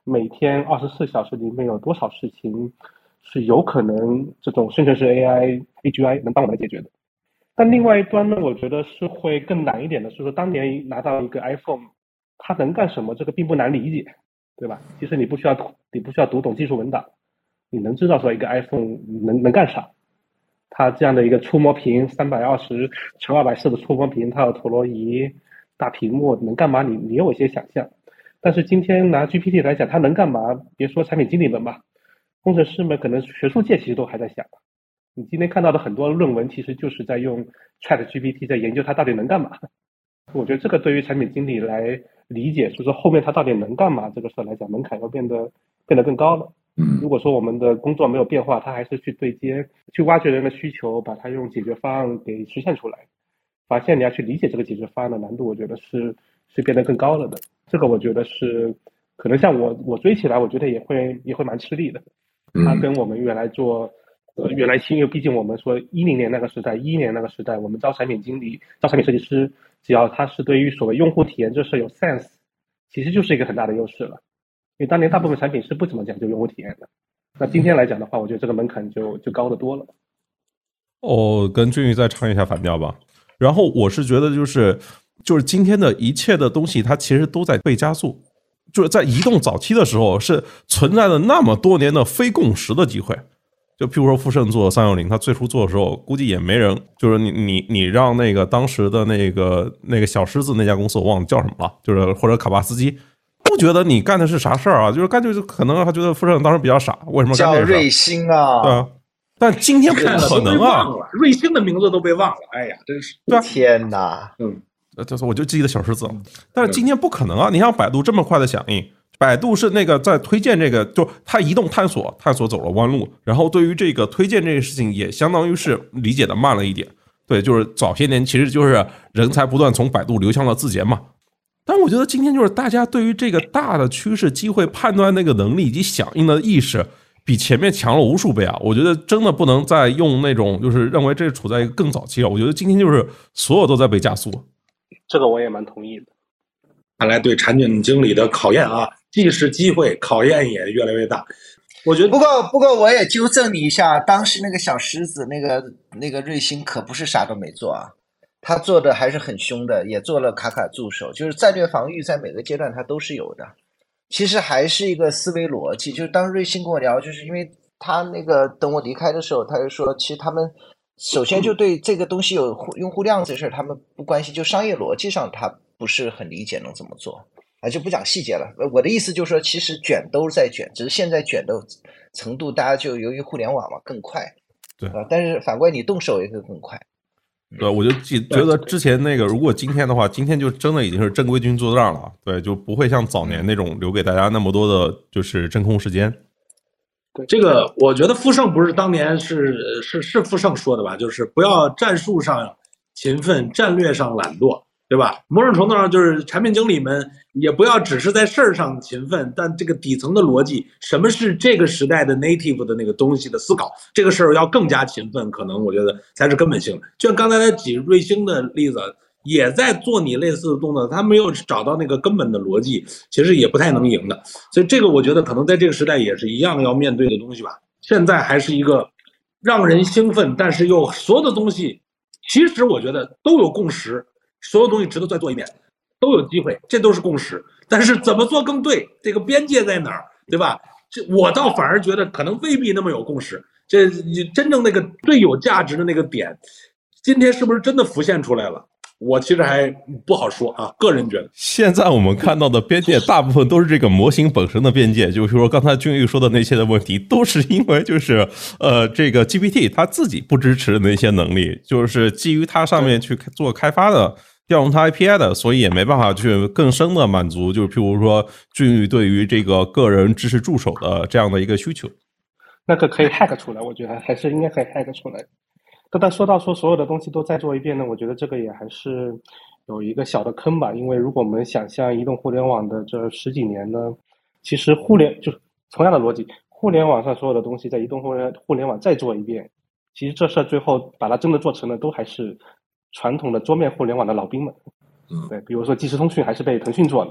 每天二十四小时里面有多少事情是有可能这种生成式 A I、A G I 能帮我们来解决的。但另外一端呢，我觉得是会更难一点的，是说当年拿到一个 iPhone， 它能干什么，这个并不难理解，对吧？其实你不需要你不需要读懂技术文档，你能知道说一个 iPhone 能能干啥。它这样的一个触摸屏，三百二十乘二百四的触摸屏，它有陀螺仪、大屏幕，能干嘛？你你有一些想象。但是今天拿 G P T 来讲，它能干嘛？别说产品经理们吧，工程师们可能学术界其实都还在想。你今天看到的很多论文，其实就是在用 Chat G P T 在研究它到底能干嘛。我觉得这个对于产品经理来理解，就是说后面它到底能干嘛这个事来讲，门槛要变得变得更高了。如果说我们的工作没有变化，它还是去对接、去挖掘人的需求，把它用解决方案给实现出来，发现你要去理解这个解决方案的难度，我觉得是是变得更高了的。这个我觉得是可能像我我追起来，我觉得也会也会蛮吃力的。它跟我们原来做呃原来因为毕竟我们说一零年那个时代，一一年那个时代，我们招产品经理、招产品设计师，只要他是对于所谓用户体验这事有 sense， 其实就是一个很大的优势了。因为当年大部分产品是不怎么讲究用户体验的，那今天来讲的话，我觉得这个门槛就就高得多了。 哦，跟俊宇再唱一下反调吧。然后我是觉得就是就是今天的一切的东西，它其实都在被加速。就是在移动早期的时候，是存在了那么多年的非共识的机会。就譬如说富盛做三六零，他最初做的时候，估计也没人，就是你你你让那个当时的那个那个小狮子那家公司，我忘了叫什么了，就是或者卡巴斯基。不觉得你干的是啥事儿啊？就是干就是可能他觉得富盛当时比较傻，为什么干这事？ 叫瑞星啊， 对啊，但今天不可能啊！ 瑞星的名字都被忘了，哎呀，真是！ 对啊， 天哪， 嗯，就是我就记得小狮子，但是今天不可能啊！你像百度这么快的响应，百度是那个在推荐这个，就它移动探索探索走了弯路，然后对于这个推荐这个事情也相当于是理解的慢了一点。对，就是早些年其实就是人才不断从百度流向了字节嘛。但我觉得今天就是大家对于这个大的趋势、机会判断那个能力以及响应的意识，比前面强了无数倍啊！我觉得真的不能再用那种就是认为这处在一个更早期了。我觉得今天就是所有都在被加速。 这个我也蛮同意的。 看来对产品经理的考验啊，既是机会，考验也越来越大。我觉得不过不过我也纠正你一下，当时那个小狮子那个那个瑞星可不是啥都没做啊。他做的还是很凶的，也做了卡卡助手，就是战略防御在每个阶段他都是有的。其实还是一个思维逻辑，就是当瑞星跟我聊，就是因为他那个等我离开的时候，他就说其实他们首先就对这个东西有用户量这事他们不关心，就商业逻辑上他不是很理解能怎么做啊，就不讲细节了。我的意思就是说其实卷都在卷，只是现在卷的程度大家就由于互联网嘛更快， 对啊，但是反过来你动手也会更快。 对，我就觉得之前那个，如果今天的话，今天就真的已经是正规军作战了，对，就不会像早年那种留给大家那么多的，就是真空时间。 对，这个我觉得富盛不是当年是是是富盛说的吧？就是不要战术上勤奋，战略上懒惰，对吧？某种程度上就是产品经理们也不要只是在事儿上勤奋，但这个底层的逻辑，什么是这个时代的 native 的那个东西的思考，这个事儿要更加勤奋，可能我觉得才是根本性的。就像刚才他举瑞星的例子，也在做你类似的动作，他没有找到那个根本的逻辑，其实也不太能赢的。所以这个我觉得可能在这个时代也是一样要面对的东西吧。现在还是一个让人兴奋，但是又所有的东西，其实我觉得都有共识。所有东西值得再做一遍，都有机会，这都是共识。但是怎么做更对，这个边界在哪儿，对吧？这我倒反而觉得可能未必那么有共识。这真正那个最有价值的那个点，今天是不是真的浮现出来了？我其实还不好说啊，个人觉得。 现在我们看到的边界，大部分都是这个模型本身的边界，就是说刚才俊玉说的那些的问题，都是因为就是呃这个 G P T 它自己不支持的那些能力，就是基于它上面去做开发的。调用它 A P I 的，所以也没办法去更深的满足，就是譬如说俊玉对于这个个人知识助手的这样的一个需求。 那个可以 hack 出来，我觉得还是应该可以 hack 出来。但但说到说所有的东西都再做一遍呢，我觉得这个也还是有一个小的坑吧。因为如果我们想象移动互联网的这十几年呢，其实互联就是同样的逻辑，互联网上所有的东西在移动互联互联网再做一遍，其实这事最后把它真的做成了，都还是传统的桌面互联网的老兵们。对，比如说即时通讯还是被腾讯做了，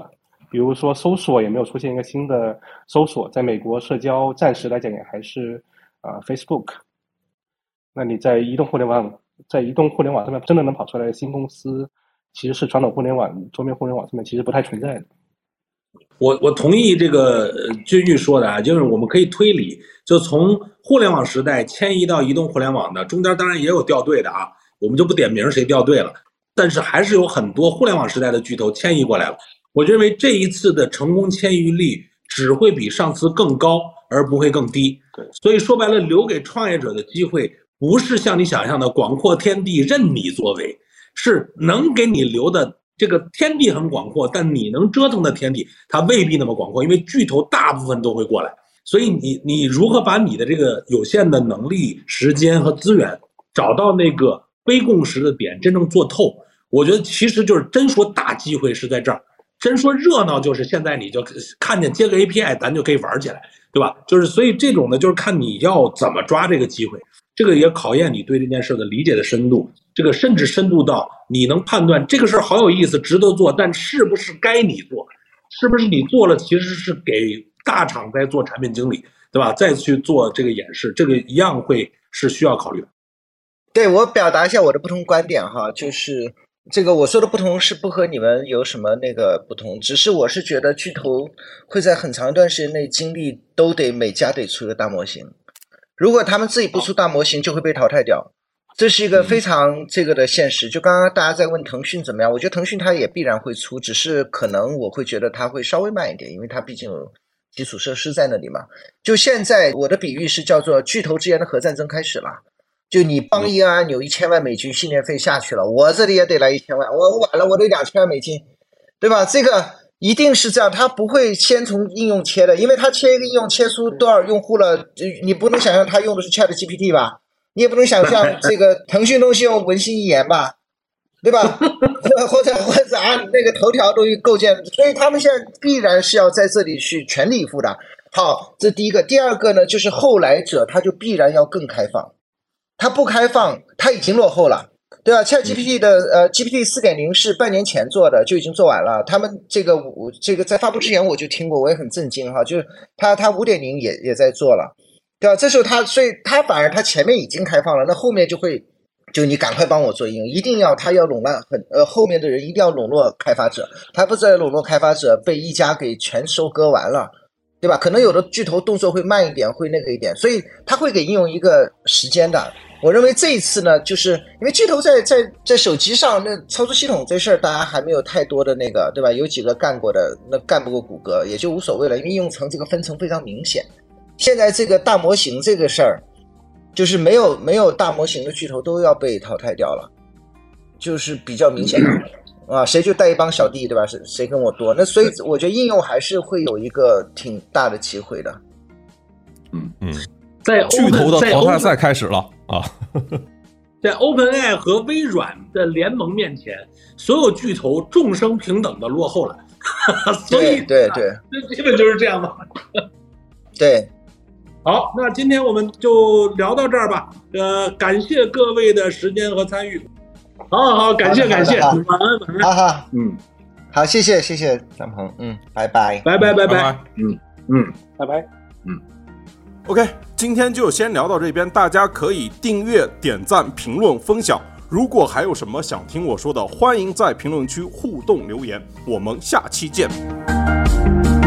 比如说搜索也没有出现一个新的搜索，在美国社交暂时来讲也还是啊、呃、Facebook。那你在移动互联网，在移动互联网上面真的能跑出来的新公司，其实是传统互联网、桌面互联网上面其实不太存在的。 我我同意这个君玉说的啊，就是我们可以推理，就从互联网时代迁移到移动互联网的中间，当然也有掉队的啊，我们就不点名谁掉队了，但是还是有很多互联网时代的巨头迁移过来了。我认为这一次的成功迁移率只会比上次更高，而不会更低。所以说白了，留给创业者的机会不是像你想象的广阔天地任你作为，是能给你留的。这个天地很广阔，但你能折腾的天地它未必那么广阔，因为巨头大部分都会过来，所以你你如何把你的这个有限的能力、时间和资源找到那个非共识的点，真正做透，我觉得其实就是真说大机会是在这儿，真说热闹就是现在你就看见接个 A P I 咱就可以玩起来，对吧？就是所以这种呢，就是看你要怎么抓这个机会，这个也考验你对这件事的理解的深度。这个甚至深度到你能判断这个事儿好有意思，值得做，但是不是该你做，是不是你做了其实是给大厂在做产品经理，对吧？再去做这个演示，这个一样会是需要考虑的。 对，我表达一下我的不同观点哈，就是这个我说的不同是不和你们有什么那个不同，只是我是觉得巨头会在很长一段时间内精力都得每家得出一个大模型，如果他们自己不出大模型就会被淘汰掉。这是一个非常这个的现实，就刚刚大家在问腾讯怎么样，我觉得腾讯它也必然会出，只是可能我会觉得它会稍微慢一点，因为它毕竟有基础设施在那里嘛。就现在我的比喻是叫做巨头之间的核战争开始了，就你帮一个按钮一千万美金训练费下去了，我这里也得来一千万，我晚了我得两千万美金，对吧？这个一定是这样，它不会先从应用切的，因为它切一个应用切出多少用户了，你不能想象它用的是 ChatGPT 吧？你也不能想象这个腾讯东西用文心一言吧，对吧？或者或者按那个头条都构建，所以他们现在必然是要在这里去全力以赴的。好，这第一个。第二个呢，就是后来者他就必然要更开放，他不开放他已经落后了，对吧 ？ChatGPT 的呃 G P T 四点零 是半年前做的，就已经做完了。他们这个这个在发布之前我就听过，我也很震惊哈，就是他他 五点零 也也在做了。对吧？这时候他，所以他反而他前面已经开放了，那后面就会，就你赶快帮我做应用，一定要他要笼络很呃后面的人一定要笼络开发者，他不在笼络开发者被一家给全收割完了，对吧？可能有的巨头动作会慢一点，会那个一点，所以他会给应用一个时间的。我认为这一次呢，就是因为巨头在在在手机上那操作系统这事儿，大家还没有太多的那个，对吧？有几个干过的，那干不过谷歌也就无所谓了，因为应用层这个分层非常明显。现在这个大模型这个事儿，就是没有没有大模型的巨头都要被淘汰掉了，就是比较明显啊，谁就带一帮小弟，对吧？谁谁跟我多？那所以我觉得应用还是会有一个挺大的机会的。 嗯嗯， 在巨头的淘汰赛开始了啊！ 在 OpenAI 和微软的联盟面前，所有巨头众生平等的落后了。所以对对对， 这基本就是这样吧。 对。 好，那今天我们就聊到这儿吧。呃，感谢各位的时间和参与。好好好，感谢感谢，晚安晚安。 好好， 嗯， 好，谢谢谢谢张鹏，嗯，拜拜， 拜拜拜拜拜，嗯嗯， 拜拜， 嗯。 OK， 今天就先聊到这边，大家可以订阅、点赞、评论、分享。如果还有什么想听我说的，欢迎在评论区互动留言。我们下期见。